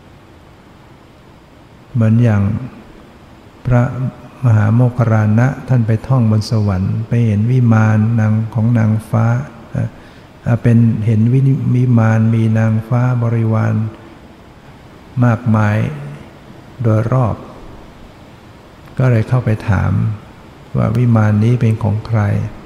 เหมือนอย่างพระมหาโมคคัลลานะท่านไปท่องบนสวรรค์ไปเห็นวิมานนางของนางฟ้าเป็นเห็นวิมานมีนางฟ้าบริวารมากมายโดยรอบก็เลยเข้าไปถามว่าวิมานนี้เป็นของใคร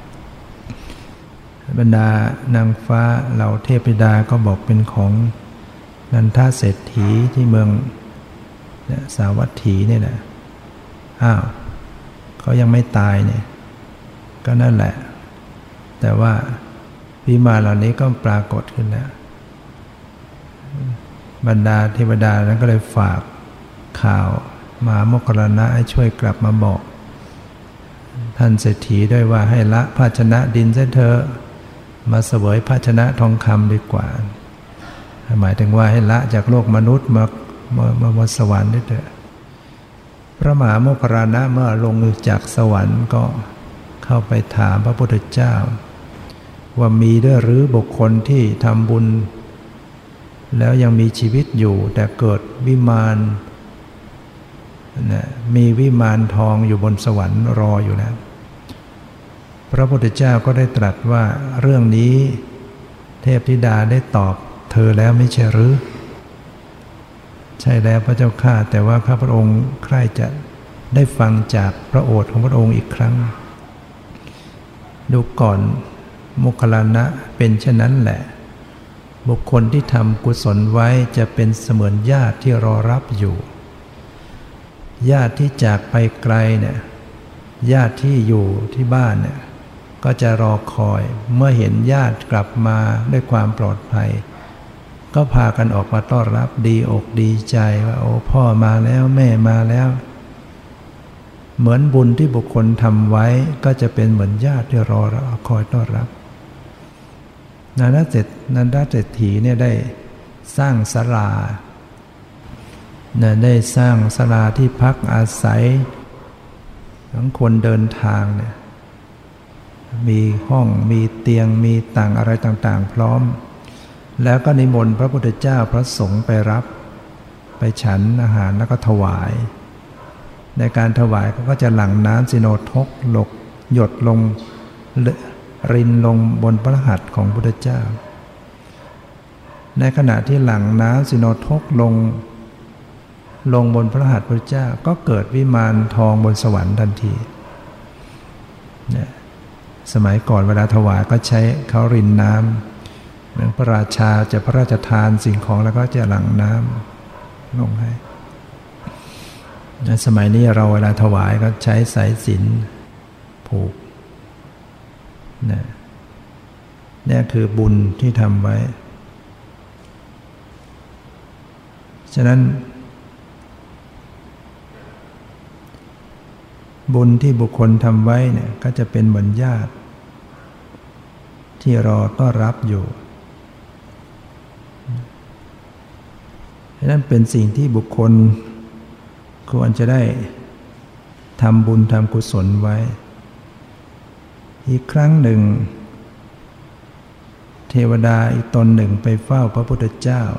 บรรดานางฟ้าเหล่าเทพธิดาก็บอกเป็นของนันทเศรษฐีที่เมืองสาวัตถีนี่แหละอ้าวเขายังไม่ตายเนี่ยก็นั่นแหละแต่ว่าวิมานเหล่านี้ก็ปรากฏขึ้นแล้วบรรดาเทวดานั้นก็เลยฝากข่าวมหาโมคคัลลานะให้ช่วยกลับมาบอกท่านเศรษฐีด้วยว่าให้ละภาชนะดินเสียเถอะมาเสวยภาชนะทองคำดีกว่าหมายถึงว่าให้ละจากโลกมนุษย์มาบนสวรรค์ได้เถอะพระมหาโมคคัลลานะเมื่อลงจากสวรรค์ก็เข้าไปถามพระพุทธเจ้าว่ามีด้วยหรือบุคคลที่ทำบุญแล้วยังมีชีวิตอยู่แต่เกิดวิมานมีวิมานทองอยู่บนสวรรค์รออยู่แล้วพระพุทธเจ้าก็ได้ตรัสว่าเรื่องนี้เทพธิดาได้ตอบเธอแล้วไม่ใช่หรือใช่แล้วพระเจ้าข้าแต่ว่าข้าพระองค์ใคร่จะได้ฟังจากพระโอษฐ์ของพระองค์อีกครั้งดูก่อนโมคคัลลานะเป็นเช่นนั้นแหละบุคคลที่ทำกุศลไว้จะเป็นเสมือนญาติที่รอรับอยู่ญาติที่จากไปไกลเนี่ยญาติที่อยู่ที่บ้านเนี่ยก็จะรอคอยเมื่อเห็นญาติกลับมาด้วยความปลอดภัยก็พากันออกมาต้อนรับดีอกดีใจว่าโอ้พ่อมาแล้วแม่มาแล้วเหมือนบุญที่บุคคลทำไว้ก็จะเป็นเหมือนญาติที่รอคอยต้อนรับนันทเศรษฐีเนี่ยได้สร้างศาลาได้สร้างศาลาที่พักอาศัยของคนเดินทางเนี่ยมีห้องมีเตียงมีต่างอะไรต่างๆพร้อมแล้วก็นิมนต์พระพุทธเจ้าพระสงฆ์ไปรับไปฉันอาหารแล้วก็ถวายในการถวายก็จะหลั่งน้ำสิโนทกหยดลงรินลงบนพระหัตถ์ของพระพุทธเจ้าในขณะที่หลั่งน้ำสิโนทกลงบนพระหัตถ์พระพุทธเจ้าก็เกิดวิมานทองบนสวรรค์ทันทีเนี่ยสมัยก่อนเวลาถวายก็ใช้เขารินน้ำเหมือนพระราชาจะพระราชทานสิ่งของแล้วก็จะหลั่งน้ำลงให้สมัยนี้เราเวลาถวายก็ใช้สายสิญจน์ผูกนี่คือบุญที่ทำไว้ฉะนั้นบุญที่บุคคลทำไว้เนี่ยก็จะเป็นเหมือนญาติที่รอต้อนรับอยู่ฉะนั้นเป็นสิ่งที่บุคคลควรจะได้ทำบุญทำกุศลไว้อีกครั้งหนึ่งเทวดาอีกตนหนึ่งไปเฝ้าพระพุทธเจ้า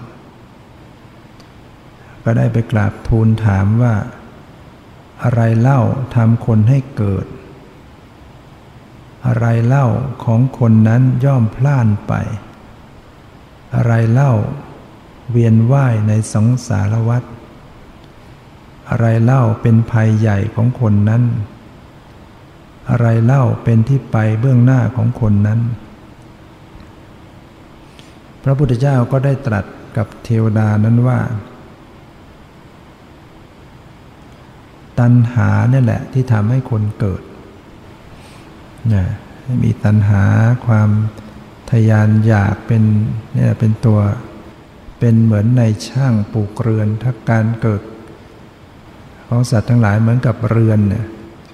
ก็ได้ไปกราบทูลถามว่าอะไรเล่าทำคนให้เกิดอะไรเล่าของคนนั้นย่อมพล่านไปอะไรเล่าเวียนว่ายในสงสารวัฏอะไรเล่าเป็นภัยใหญ่ของคนนั้นอะไรเล่าเป็นที่ไปเบื้องหน้าของคนนั้นพระพุทธเจ้าก็ได้ตรัสกับเทวดานั้นว่าตัณหาเนี่ยแหละที่ทำให้คนเกิดมีตัณหาความทะยานอยากเป็นเนี่ยเป็นตัวเป็นเหมือนในช่างปลูกเรือนถ้าการเกิดของสัตว์ทั้งหลายเหมือนกับเรือนเนี่ย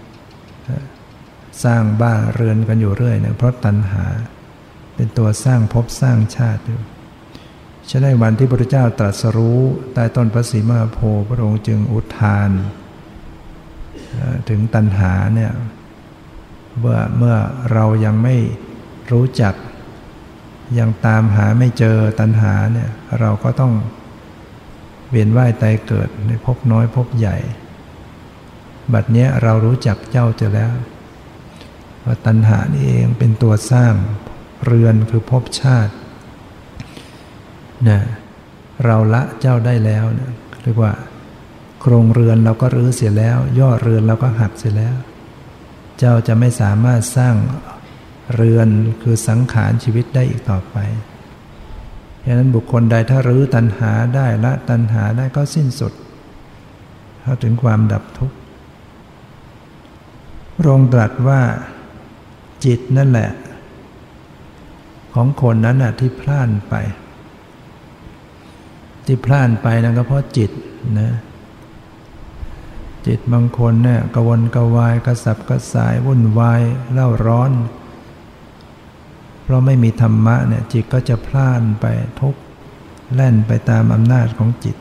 สร้างบ้านเรือนกันอยู่เรื่อยเนี่ยเพราะตัณหาเป็นตัวสร้างภพสร้างชาติอยู่ฉะนั้นวันที่พระพุทธเจ้าตรัสรู้ใต้ต้นพระศรีมหาโพธิ์พระองค์จึงอุทานถึงตัณหาเนี่ยเมื่อเรายังไม่รู้จักยังตามหาไม่เจอตัณหาเนี่ยเราก็ต้องเวียนว่ายตายเกิดในภพน้อยภพใหญ่บัดนี้เรารู้จักเจ้าเจอแล้วว่าตัณหานี่เองเป็นตัวสร้างเรือนคือภพชาติเนี่ยเราละเจ้าได้แล้วเนี่ยเรียกว่าโครงเรือนเราก็รื้อเสียแล้วยอดเรือนเราก็หักเสียแล้วเจ้าจะไม่สามารถสร้างเรือนคือสังขารชีวิตได้อีกต่อไปฉะนั้นบุคคลใดถ้ารื้อตัณหาได้ละตัณหาได้ก็สิ้นสุดเข้าถึงความดับทุกข์พระองค์ตรัสว่าจิตนั่นแหละของคนนั้นน่ะที่พล่านไปที่พล่านไปนั่นก็เพราะจิตนะจิตบางคนเนี่ยกระวนกระวายกระสับกระส่ายวุ่นวายเร่าร้อนเพราะไม่มีธรรมะเนี่ยจิตก็จะพล่านไปทุกข์แล่นไปตามอำนาจของจิต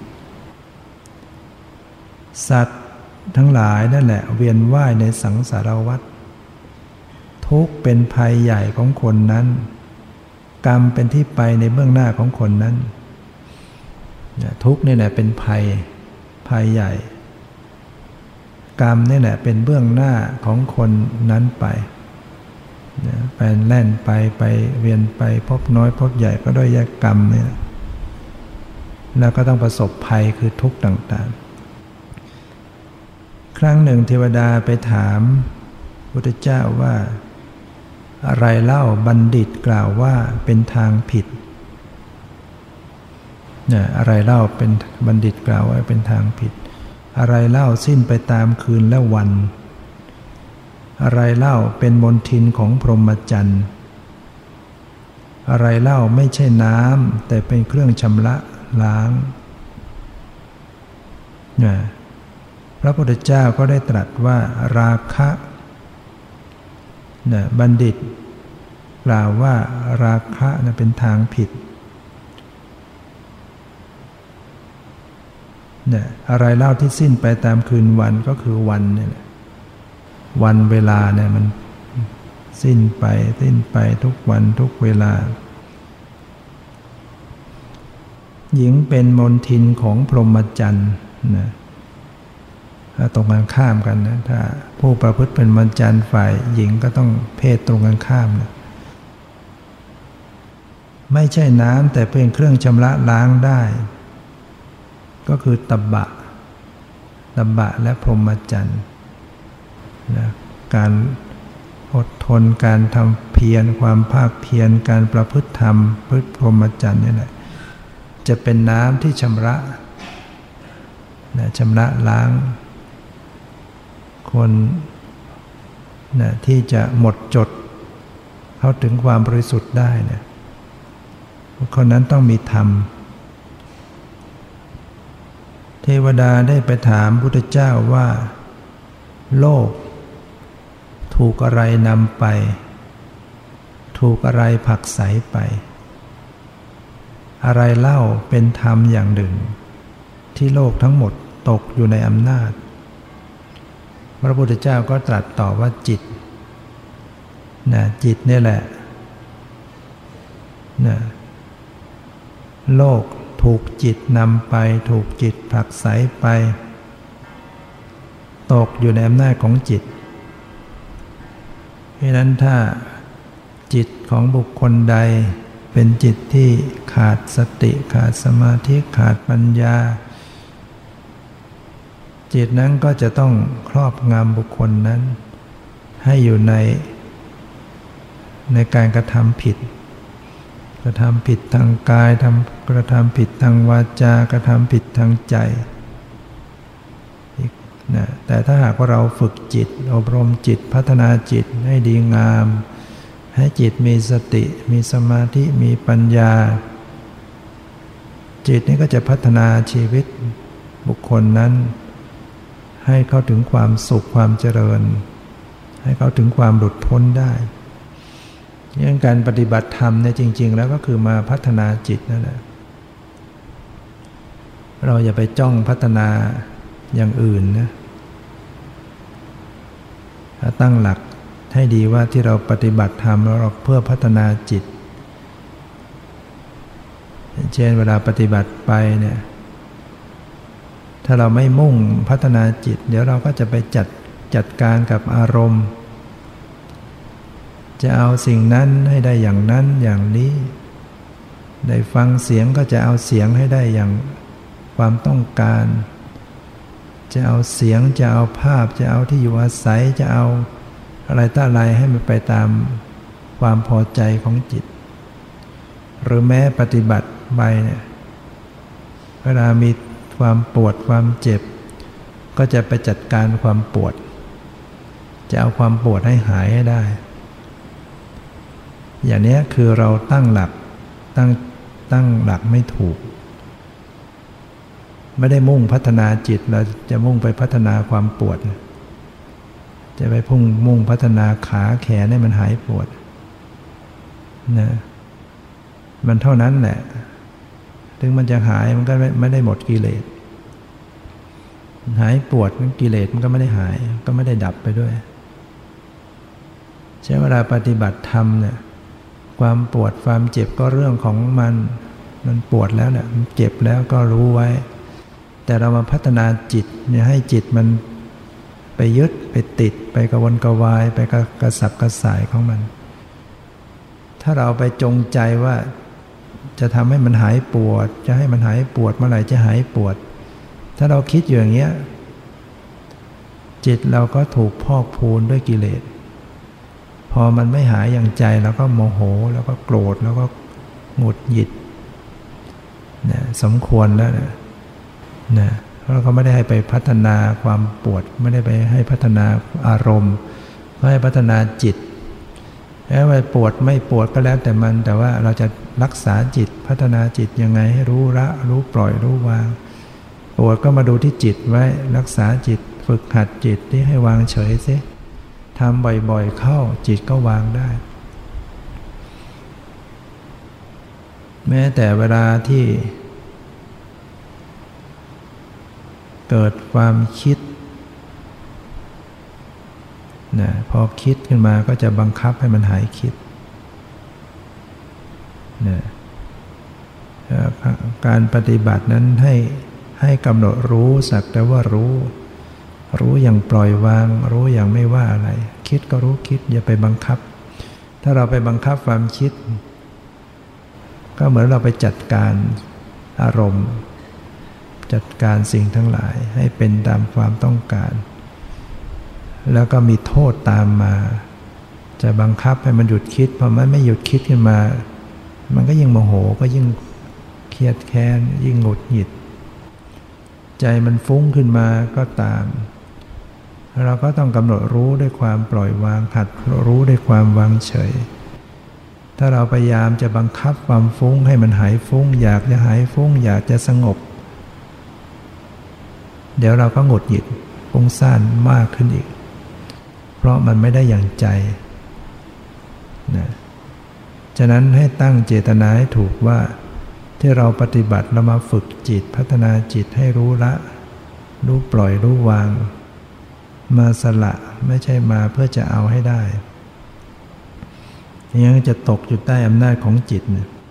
สัตว์ทั้งหลายนั่นแหละเวียนว่ายในสังสารวัฏทุกข์เป็นภัยใหญ่ของคนนั้นกรรมเป็นที่ไปในเบื้องหน้าของคนนั้นทุกข์นี่แหละเป็นภัยใหญ่กรรมนี่แหละเป็นเบื้องหน้าของคนนั้นไปไปแล่นไปเวียนไปพบน้อยพบใหญ่ก็ด้วยกรรมเนี่ยแล้วก็ต้องประสบภัยคือทุกข์ต่างๆครั้งหนึ่งเทวดาไปถามพุทธเจ้าว่าอะไรเล่าบัณฑิตกล่าวว่าเป็นทางผิดอะไรเล่าเป็นบัณฑิตกล่าวว่าเป็นทางผิดอะไรเล่าสิ้นไปตามคืนและวันอะไรเล่าเป็นมลทินของพรหมจรรย์อะไรเล่าไม่ใช่น้ำแต่เป็นเครื่องชำระล้างพระพุทธเจ้าก็ได้ตรัสว่าราคะบัณฑิตกล่าวว่าราคะเป็นทางผิดอะไรเล่าที่สิ้นไปตามคืนวันก็คือวันเนี่ยวันเวลาเนี่ยมันสิ้นไปทุกวันทุกเวลาหญิงเป็นมลทินของพรหมจรรย์นะถ้าตรงกันข้ามกันนะถ้าผู้ประพฤติเป็นพรหมจรรย์ฝ่ายหญิงก็ต้องเพศตรงกันข้ามนะไม่ใช่น้ำแต่เป็นเครื่องชำระล้างได้ก็คือตบะและพรหมจรรย์นะการอดทนการทำเพียรความภาคเพียรการประพฤติธรรมพฤติพรหมจรรย์นี่แหละจะเป็นน้ำที่ชำระล้างคนที่จะหมดจดเข้าถึงความบริสุทธิ์ได้เนี่ยคนนั้นต้องมีธรรมเทวดาได้ไปถามพุทธเจ้าว่าโลกถูกอะไรนำไปถูกอะไรผลักไสไปอะไรเล่าเป็นธรรมอย่างหนึ่งที่โลกทั้งหมดตกอยู่ในอำนาจพระพุทธเจ้าก็ตรัสตอบว่าจิตจิตนี่แหละโลกถูกจิตนำไปถูกจิตผลักไสไปตกอยู่ในอำนาจของจิตเพราะนั้นถ้าจิตของบุคคลใดเป็นจิตที่ขาดสติขาดสมาธิขาดปัญญาจิตนั้นก็จะต้องครอบงำบุคคลนั้นให้อยู่ในการกระทำผิดกระทำผิดทางกายกระทำผิดทางวาจากระทำผิดทางใจแต่ถ้าหากว่าเราฝึกจิตอบรมจิตพัฒนาจิตให้ดีงามให้จิตมีสติมีสมาธิมีปัญญาจิตนี้ก็จะพัฒนาชีวิตบุคคลนั้นให้เข้าถึงความสุขความเจริญให้เข้าถึงความหลุดพ้นได้อย่างการปฏิบัติธรรมเนี่ยจริงๆแล้วก็คือมาพัฒนาจิตนั่นแหละเราอย่าไปจ้องพัฒนาอย่างอื่นนะตั้งหลักให้ดีว่าที่เราปฏิบัติธรรมเราเพื่อพัฒนาจิตเช่นเวลาปฏิบัติไปเนี่ยถ้าเราไม่มุ่งพัฒนาจิตเดี๋ยวเราก็จะไปจัดการกับอารมณ์จะเอาสิ่งนั้นให้ได้อย่างนั้นอย่างนี้ได้ฟังเสียงก็จะเอาเสียงให้ได้อย่างความต้องการจะเอาเสียงจะเอาภาพจะเอาที่อยู่อาศัยจะเอาอะไรต่ออะไรให้มันไปตามความพอใจของจิตหรือแม้ปฏิบัติไปเนี่ยเวลามีความปวดความเจ็บก็จะไปจัดการความปวดจะเอาความปวดให้หายให้ได้อย่างนี้คือเราตั้งหลักไม่ถูกไม่ได้มุ่งพัฒนาจิตเราจะมุ่งไปพัฒนาความปวดจะไปมุ่งพัฒนาขาแขนให้มันหายปวดนะมันเท่านั้นแหละถึงมันจะหายมันก็ไม่ได้หมดกิเลสหายปวดกิเลสมันก็ไม่ได้หายก็ไม่ได้ดับไปด้วยใช้เวลาปฏิบัติธรรมเนี่ยความปวดความเจ็บก็เรื่องของมันปวดแล้วเนี่ยมันเจ็บแล้วก็รู้ไว้แต่เรามาพัฒนาจิตเนี่ยให้จิตมันไปยึดไปติดไปกระวนกระวายไปกระสับกระส่ายของมันถ้าเราไปจงใจว่าจะทำให้มันหายปวดจะให้มันหายปวดเมื่อไหร่จะหายปวดถ้าเราคิดอยู่อย่างเงี้ยจิตเราก็ถูกพอกพูนด้วยกิเลสพอมันไม่หายอย่างใจเราก็โมโหแล้วก็โกรธแล้วก็หงุดหงิดเนี่ยสมควรแล้วนะเราก็ไม่ได้ให้ไปพัฒนาความปวดไม่ได้ไปให้พัฒนาอารมณ์ก็ให้พัฒนาจิตแล้วไปปวดไม่ปวดก็แล้วแต่มันแต่ว่าเราจะรักษาจิตพัฒนาจิตยังไงให้รู้ละรู้ปล่อยรู้วางปวดก็มาดูที่จิตไว้รักษาจิตฝึกหัดจิตที่ให้วางเฉยซิทำบ่อยๆเข้าจิตก็วางได้แม้แต่เวลาที่เกิดความคิดนะพอคิดขึ้นมาก็จะบังคับให้มันหายคิดนะการปฏิบัตินั้นให้กำหนดรู้สักแต่ว่ารู้อย่างปล่อยวางรู้อย่างไม่ว่าอะไรคิดก็รู้คิดอย่าไปบังคับถ้าเราไปบังคับความคิดก็เหมือนเราไปจัดการอารมณ์จัดการสิ่งทั้งหลายให้เป็นตามความต้องการแล้วก็มีโทษตามมาจะบังคับให้มันหยุดคิดพอมันไม่หยุดคิดขึ้นมามันก็ยิ่งโมโหก็ยิ่งเครียดแค้นยิ่งหงุดหงิดใจมันฟุ้งขึ้นมาก็ตามเราก็ต้องกำหนดรู้ด้วยความปล่อยวางหัดรู้ด้วยความวางเฉยถ้าเราพยายามจะบังคับความฟุ้งให้มันหายฟุ้งอยากจะหายฟุ้งอยากจะสงบเดี๋ยวเราก็หงุดหงิดฟุ้งซ่านมากขึ้นอีกเพราะมันไม่ได้อย่างใจนะฉะนั้นให้ตั้งเจตนาให้ถูกว่าที่เราปฏิบัติเรามาฝึกจิตพัฒนาจิตให้รู้ละรู้ปล่อยรู้วางมาสละไม่ใช่มาเพื่อจะเอาให้ได้ยังจะตกอยู่ใต้อำนาจของจิต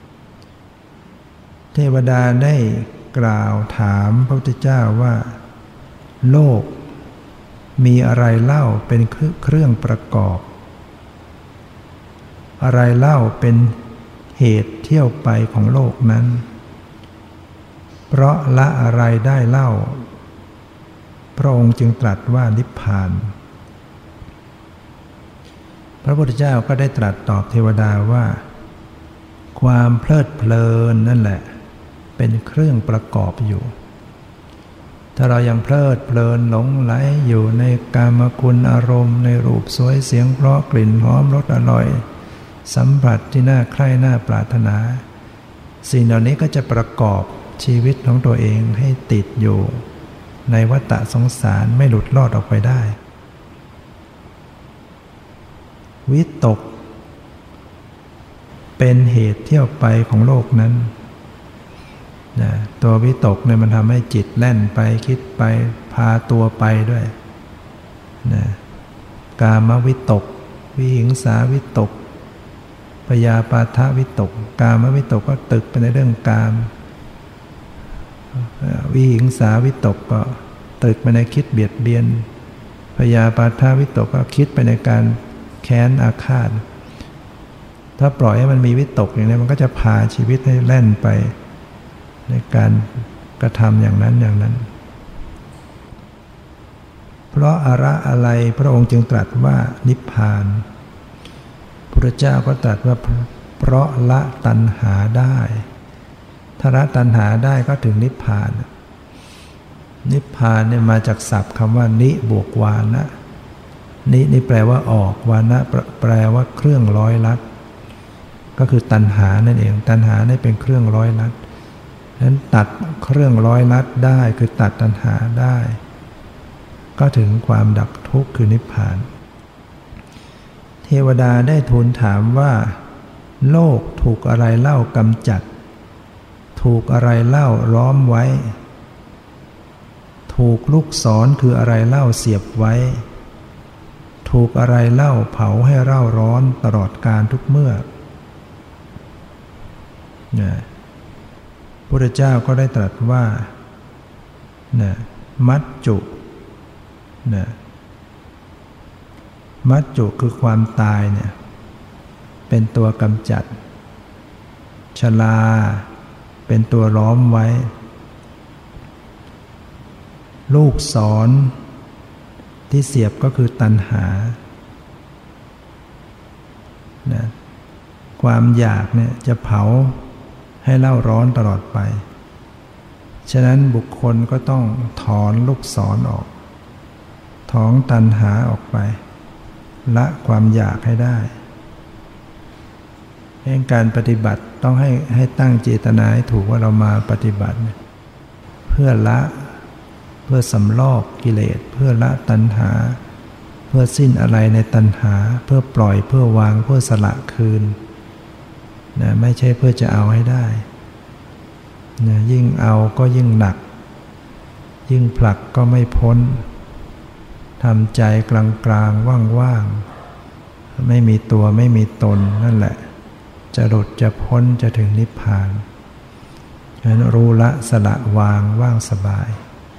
เทวดาได้กล่าวถามพระพุทธเจ้าว่าโลกมีอะไรเล่าเป็นเครื่องประกอบอะไรเล่าเป็นเหตุเที่ยวไปของโลกนั้นเพราะละอะไรได้เล่าพระองค์จึงตรัสว่านิพพานพระพุทธเจ้าก็ได้ตรัสตอบเทวดาว่าความเพลิดเพลินนั่นแหละเป็นเครื่องประกอบอยู่ถ้าเรายังเพลิดเพลินหลงไหลอยู่ในกามคุณอารมณ์ในรูปสวยเสียงเพราะกลิ่นหอมรสอร่อยสัมผัสที่น่าใคร่น่าปรารถนาสิ่งเหล่านี้ก็จะประกอบชีวิตของตัวเองให้ติดอยู่ในวัฏสงสารไม่หลุดรอดออกไปได้วิตกเป็นเหตุเที่ยวไปของโลกนั้นนะตัววิตกเนี่ยมันทำให้จิตแล่นไปคิดไปพาตัวไปด้วยนะกามวิตกวิหิงสาวิตกพยาปาทวิตกกามวิตกก็ตึกไปในเรื่องกามวิหิงสาวิตกก็ตึกไปในคิดเบียดเบียนพยาปาทวิตกก็คิดไปในการแค้นอาฆาตถ้าปล่อยให้มันมีวิตกอย่างนี้มันก็จะพาชีวิตให้แล่นไปในการกระทำอย่างนั้นอย่างนั้นเพราะอะไรพระองค์จึงตรัสว่านิพพานพระเจ้าก็ตรัสว่าเพราะละตัณหาได้ถ้าละตัณหาได้ก็ถึงนิพพานนิพพานเนี่ยมาจากศัพท์คำว่านิบวกวานะนี่แปลว่าออกวานะแปลว่าเครื่องร้อยลัดก็คือตัณหานั่นเองตัณหานี่เป็นเครื่องร้อยลัดนั้นตัดเครื่องร้อยลัดได้คือตัดตัณหาได้ก็ถึงความดับทุกข์คือนิพพานเทวดาได้ทูลถามว่าโลกถูกอะไรเล่ากำจัดถูกอะไรเล่าล้อมไว้ถูกลูกศรคืออะไรเล่าเสียบไว้ถูกอะไรเล่าเผาให้เร่าร้อนตลอดกาลทุกเมื่อพระพุทธเจ้าก็ได้ตรัสว่ามัจจุมัจจุคือความตายเนี่ยเป็นตัวกำจัดชราเป็นตัวล้อมไว้ลูกศรที่เสียบก็คือตัณหาความอยากเนี่ยจะเผาให้เล่าร้อนตลอดไปฉะนั้นบุคคลก็ต้องถอนลูกศรออกถอนตัณหาออกไปละความอยากให้ได้การปฏิบัติต้องให้ตั้งเจตนาให้ถูกว่าเรามาปฏิบัติเพื่อละเพื่อสำลอกกิเลสเพื่อละตัณหาเพื่อสิ้นอะไรในตัณหาเพื่อปล่อยเพื่อวางเพื่อสละคืนนะไม่ใช่เพื่อจะเอาให้ได้นะยิ่งเอาก็ยิ่งหนักยิ่งผลักก็ไม่พ้นทำใจกลางๆว่างๆไม่มีตัวไม่มีตนนั่นแหละจะหลุดจะพ้นจะถึงนิพพานฉะนั้นรู้ละสละวางว่างสบาย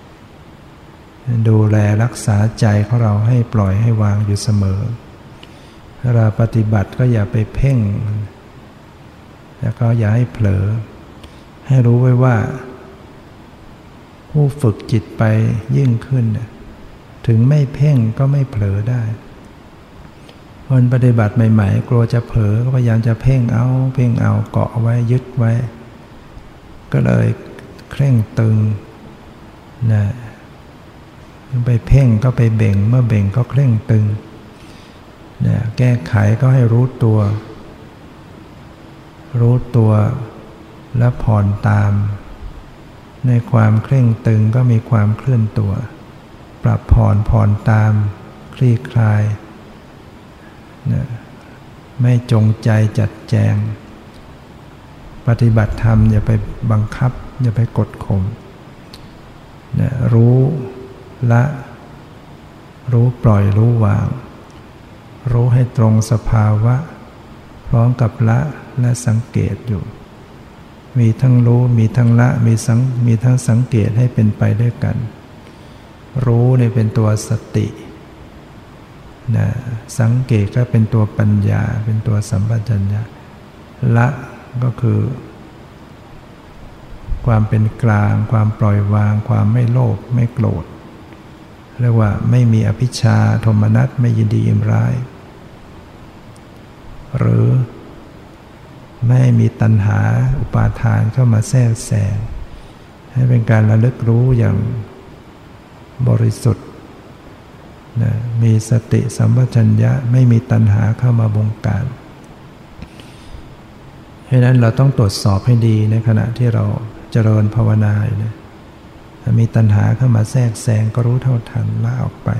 ดูแลรักษาใจของเราให้ปล่อยให้วางอยู่เสมอถ้าเราปฏิบัติก็อย่าไปเพ่งแล้วก็อย่าให้เผลอให้รู้ไว้ว่าผู้ฝึกจิตไปยิ่งขึ้นถึงไม่เพ่งก็ไม่เผลอได้คนปฏิบัติใหม่ๆกลัวจะเผลอก็พยายามจะเพ่งเอาเกาะไว้ยึดไว้ก็เลยเคร่งตึงนะไปเพ่งก็ไปเบ่งเมื่อเบ่งก็เคร่งตึงนะแก้ไขก็ให้รู้ตัวและผ่อนตามในความเคร่งตึงก็มีความเคลื่อนตัวปรับผ่อนตามคลี่คลายนะไม่จงใจจัดแจงปฏิบัติธรรมอย่าไปบังคับอย่าไปกดข่มนะรู้ละรู้ปล่อยรู้วางรู้ให้ตรงสภาวะพร้อมกับละและสังเกตอยู่มีทั้งรู้มีทั้งละมีทั้งสังเกตให้เป็นไปด้วยกันรู้เนี่ยเป็นตัวสตินะสังเกตก็เป็นตัวปัญญาเป็นตัวสัมปชัญญะละก็คือความเป็นกลางความปล่อยวางความไม่โลภไม่โกรธเรียกว่าไม่มีอภิชฌาโทมนัสไม่ยินดียินร้ายหรือไม่มีตัณหาอุปาทานเข้ามาแทรกแซงให้เป็นการระลึกรู้อย่างบริสุทธิ์นะมีสติสัมปชัญญะไม่มีตัณหาเข้ามาบงการเพราะนั้นเราต้องตรวจสอบให้ดีในขณะที่เราเจริญภาวนาอยู่นะถ้ามีตัณหาเข้ามาแทรกแซงก็รู้เท่าทันละออกไป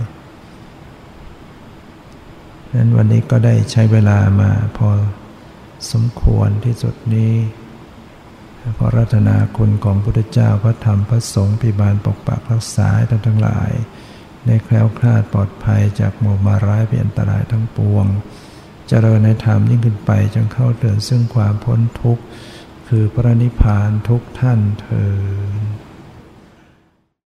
นั้นวันนี้ก็ได้ใช้เวลามาพอสมควรที่สุดนี้ขอรัตนาคุณของพุทธเจ้าพระธรรมพระสงฆ์พิบาลปกปักรักษาท่านทั้งหลายได้แคล้วคลาดปลอดภัยจากหมู่มารร้ายเป็นอันตรายทั้งปวงเจริญในธรรมยิ่งขึ้นไปจนเข้าถึงซึ่งความพ้นทุกข์คือพระนิพพานทุกท่านเทอญ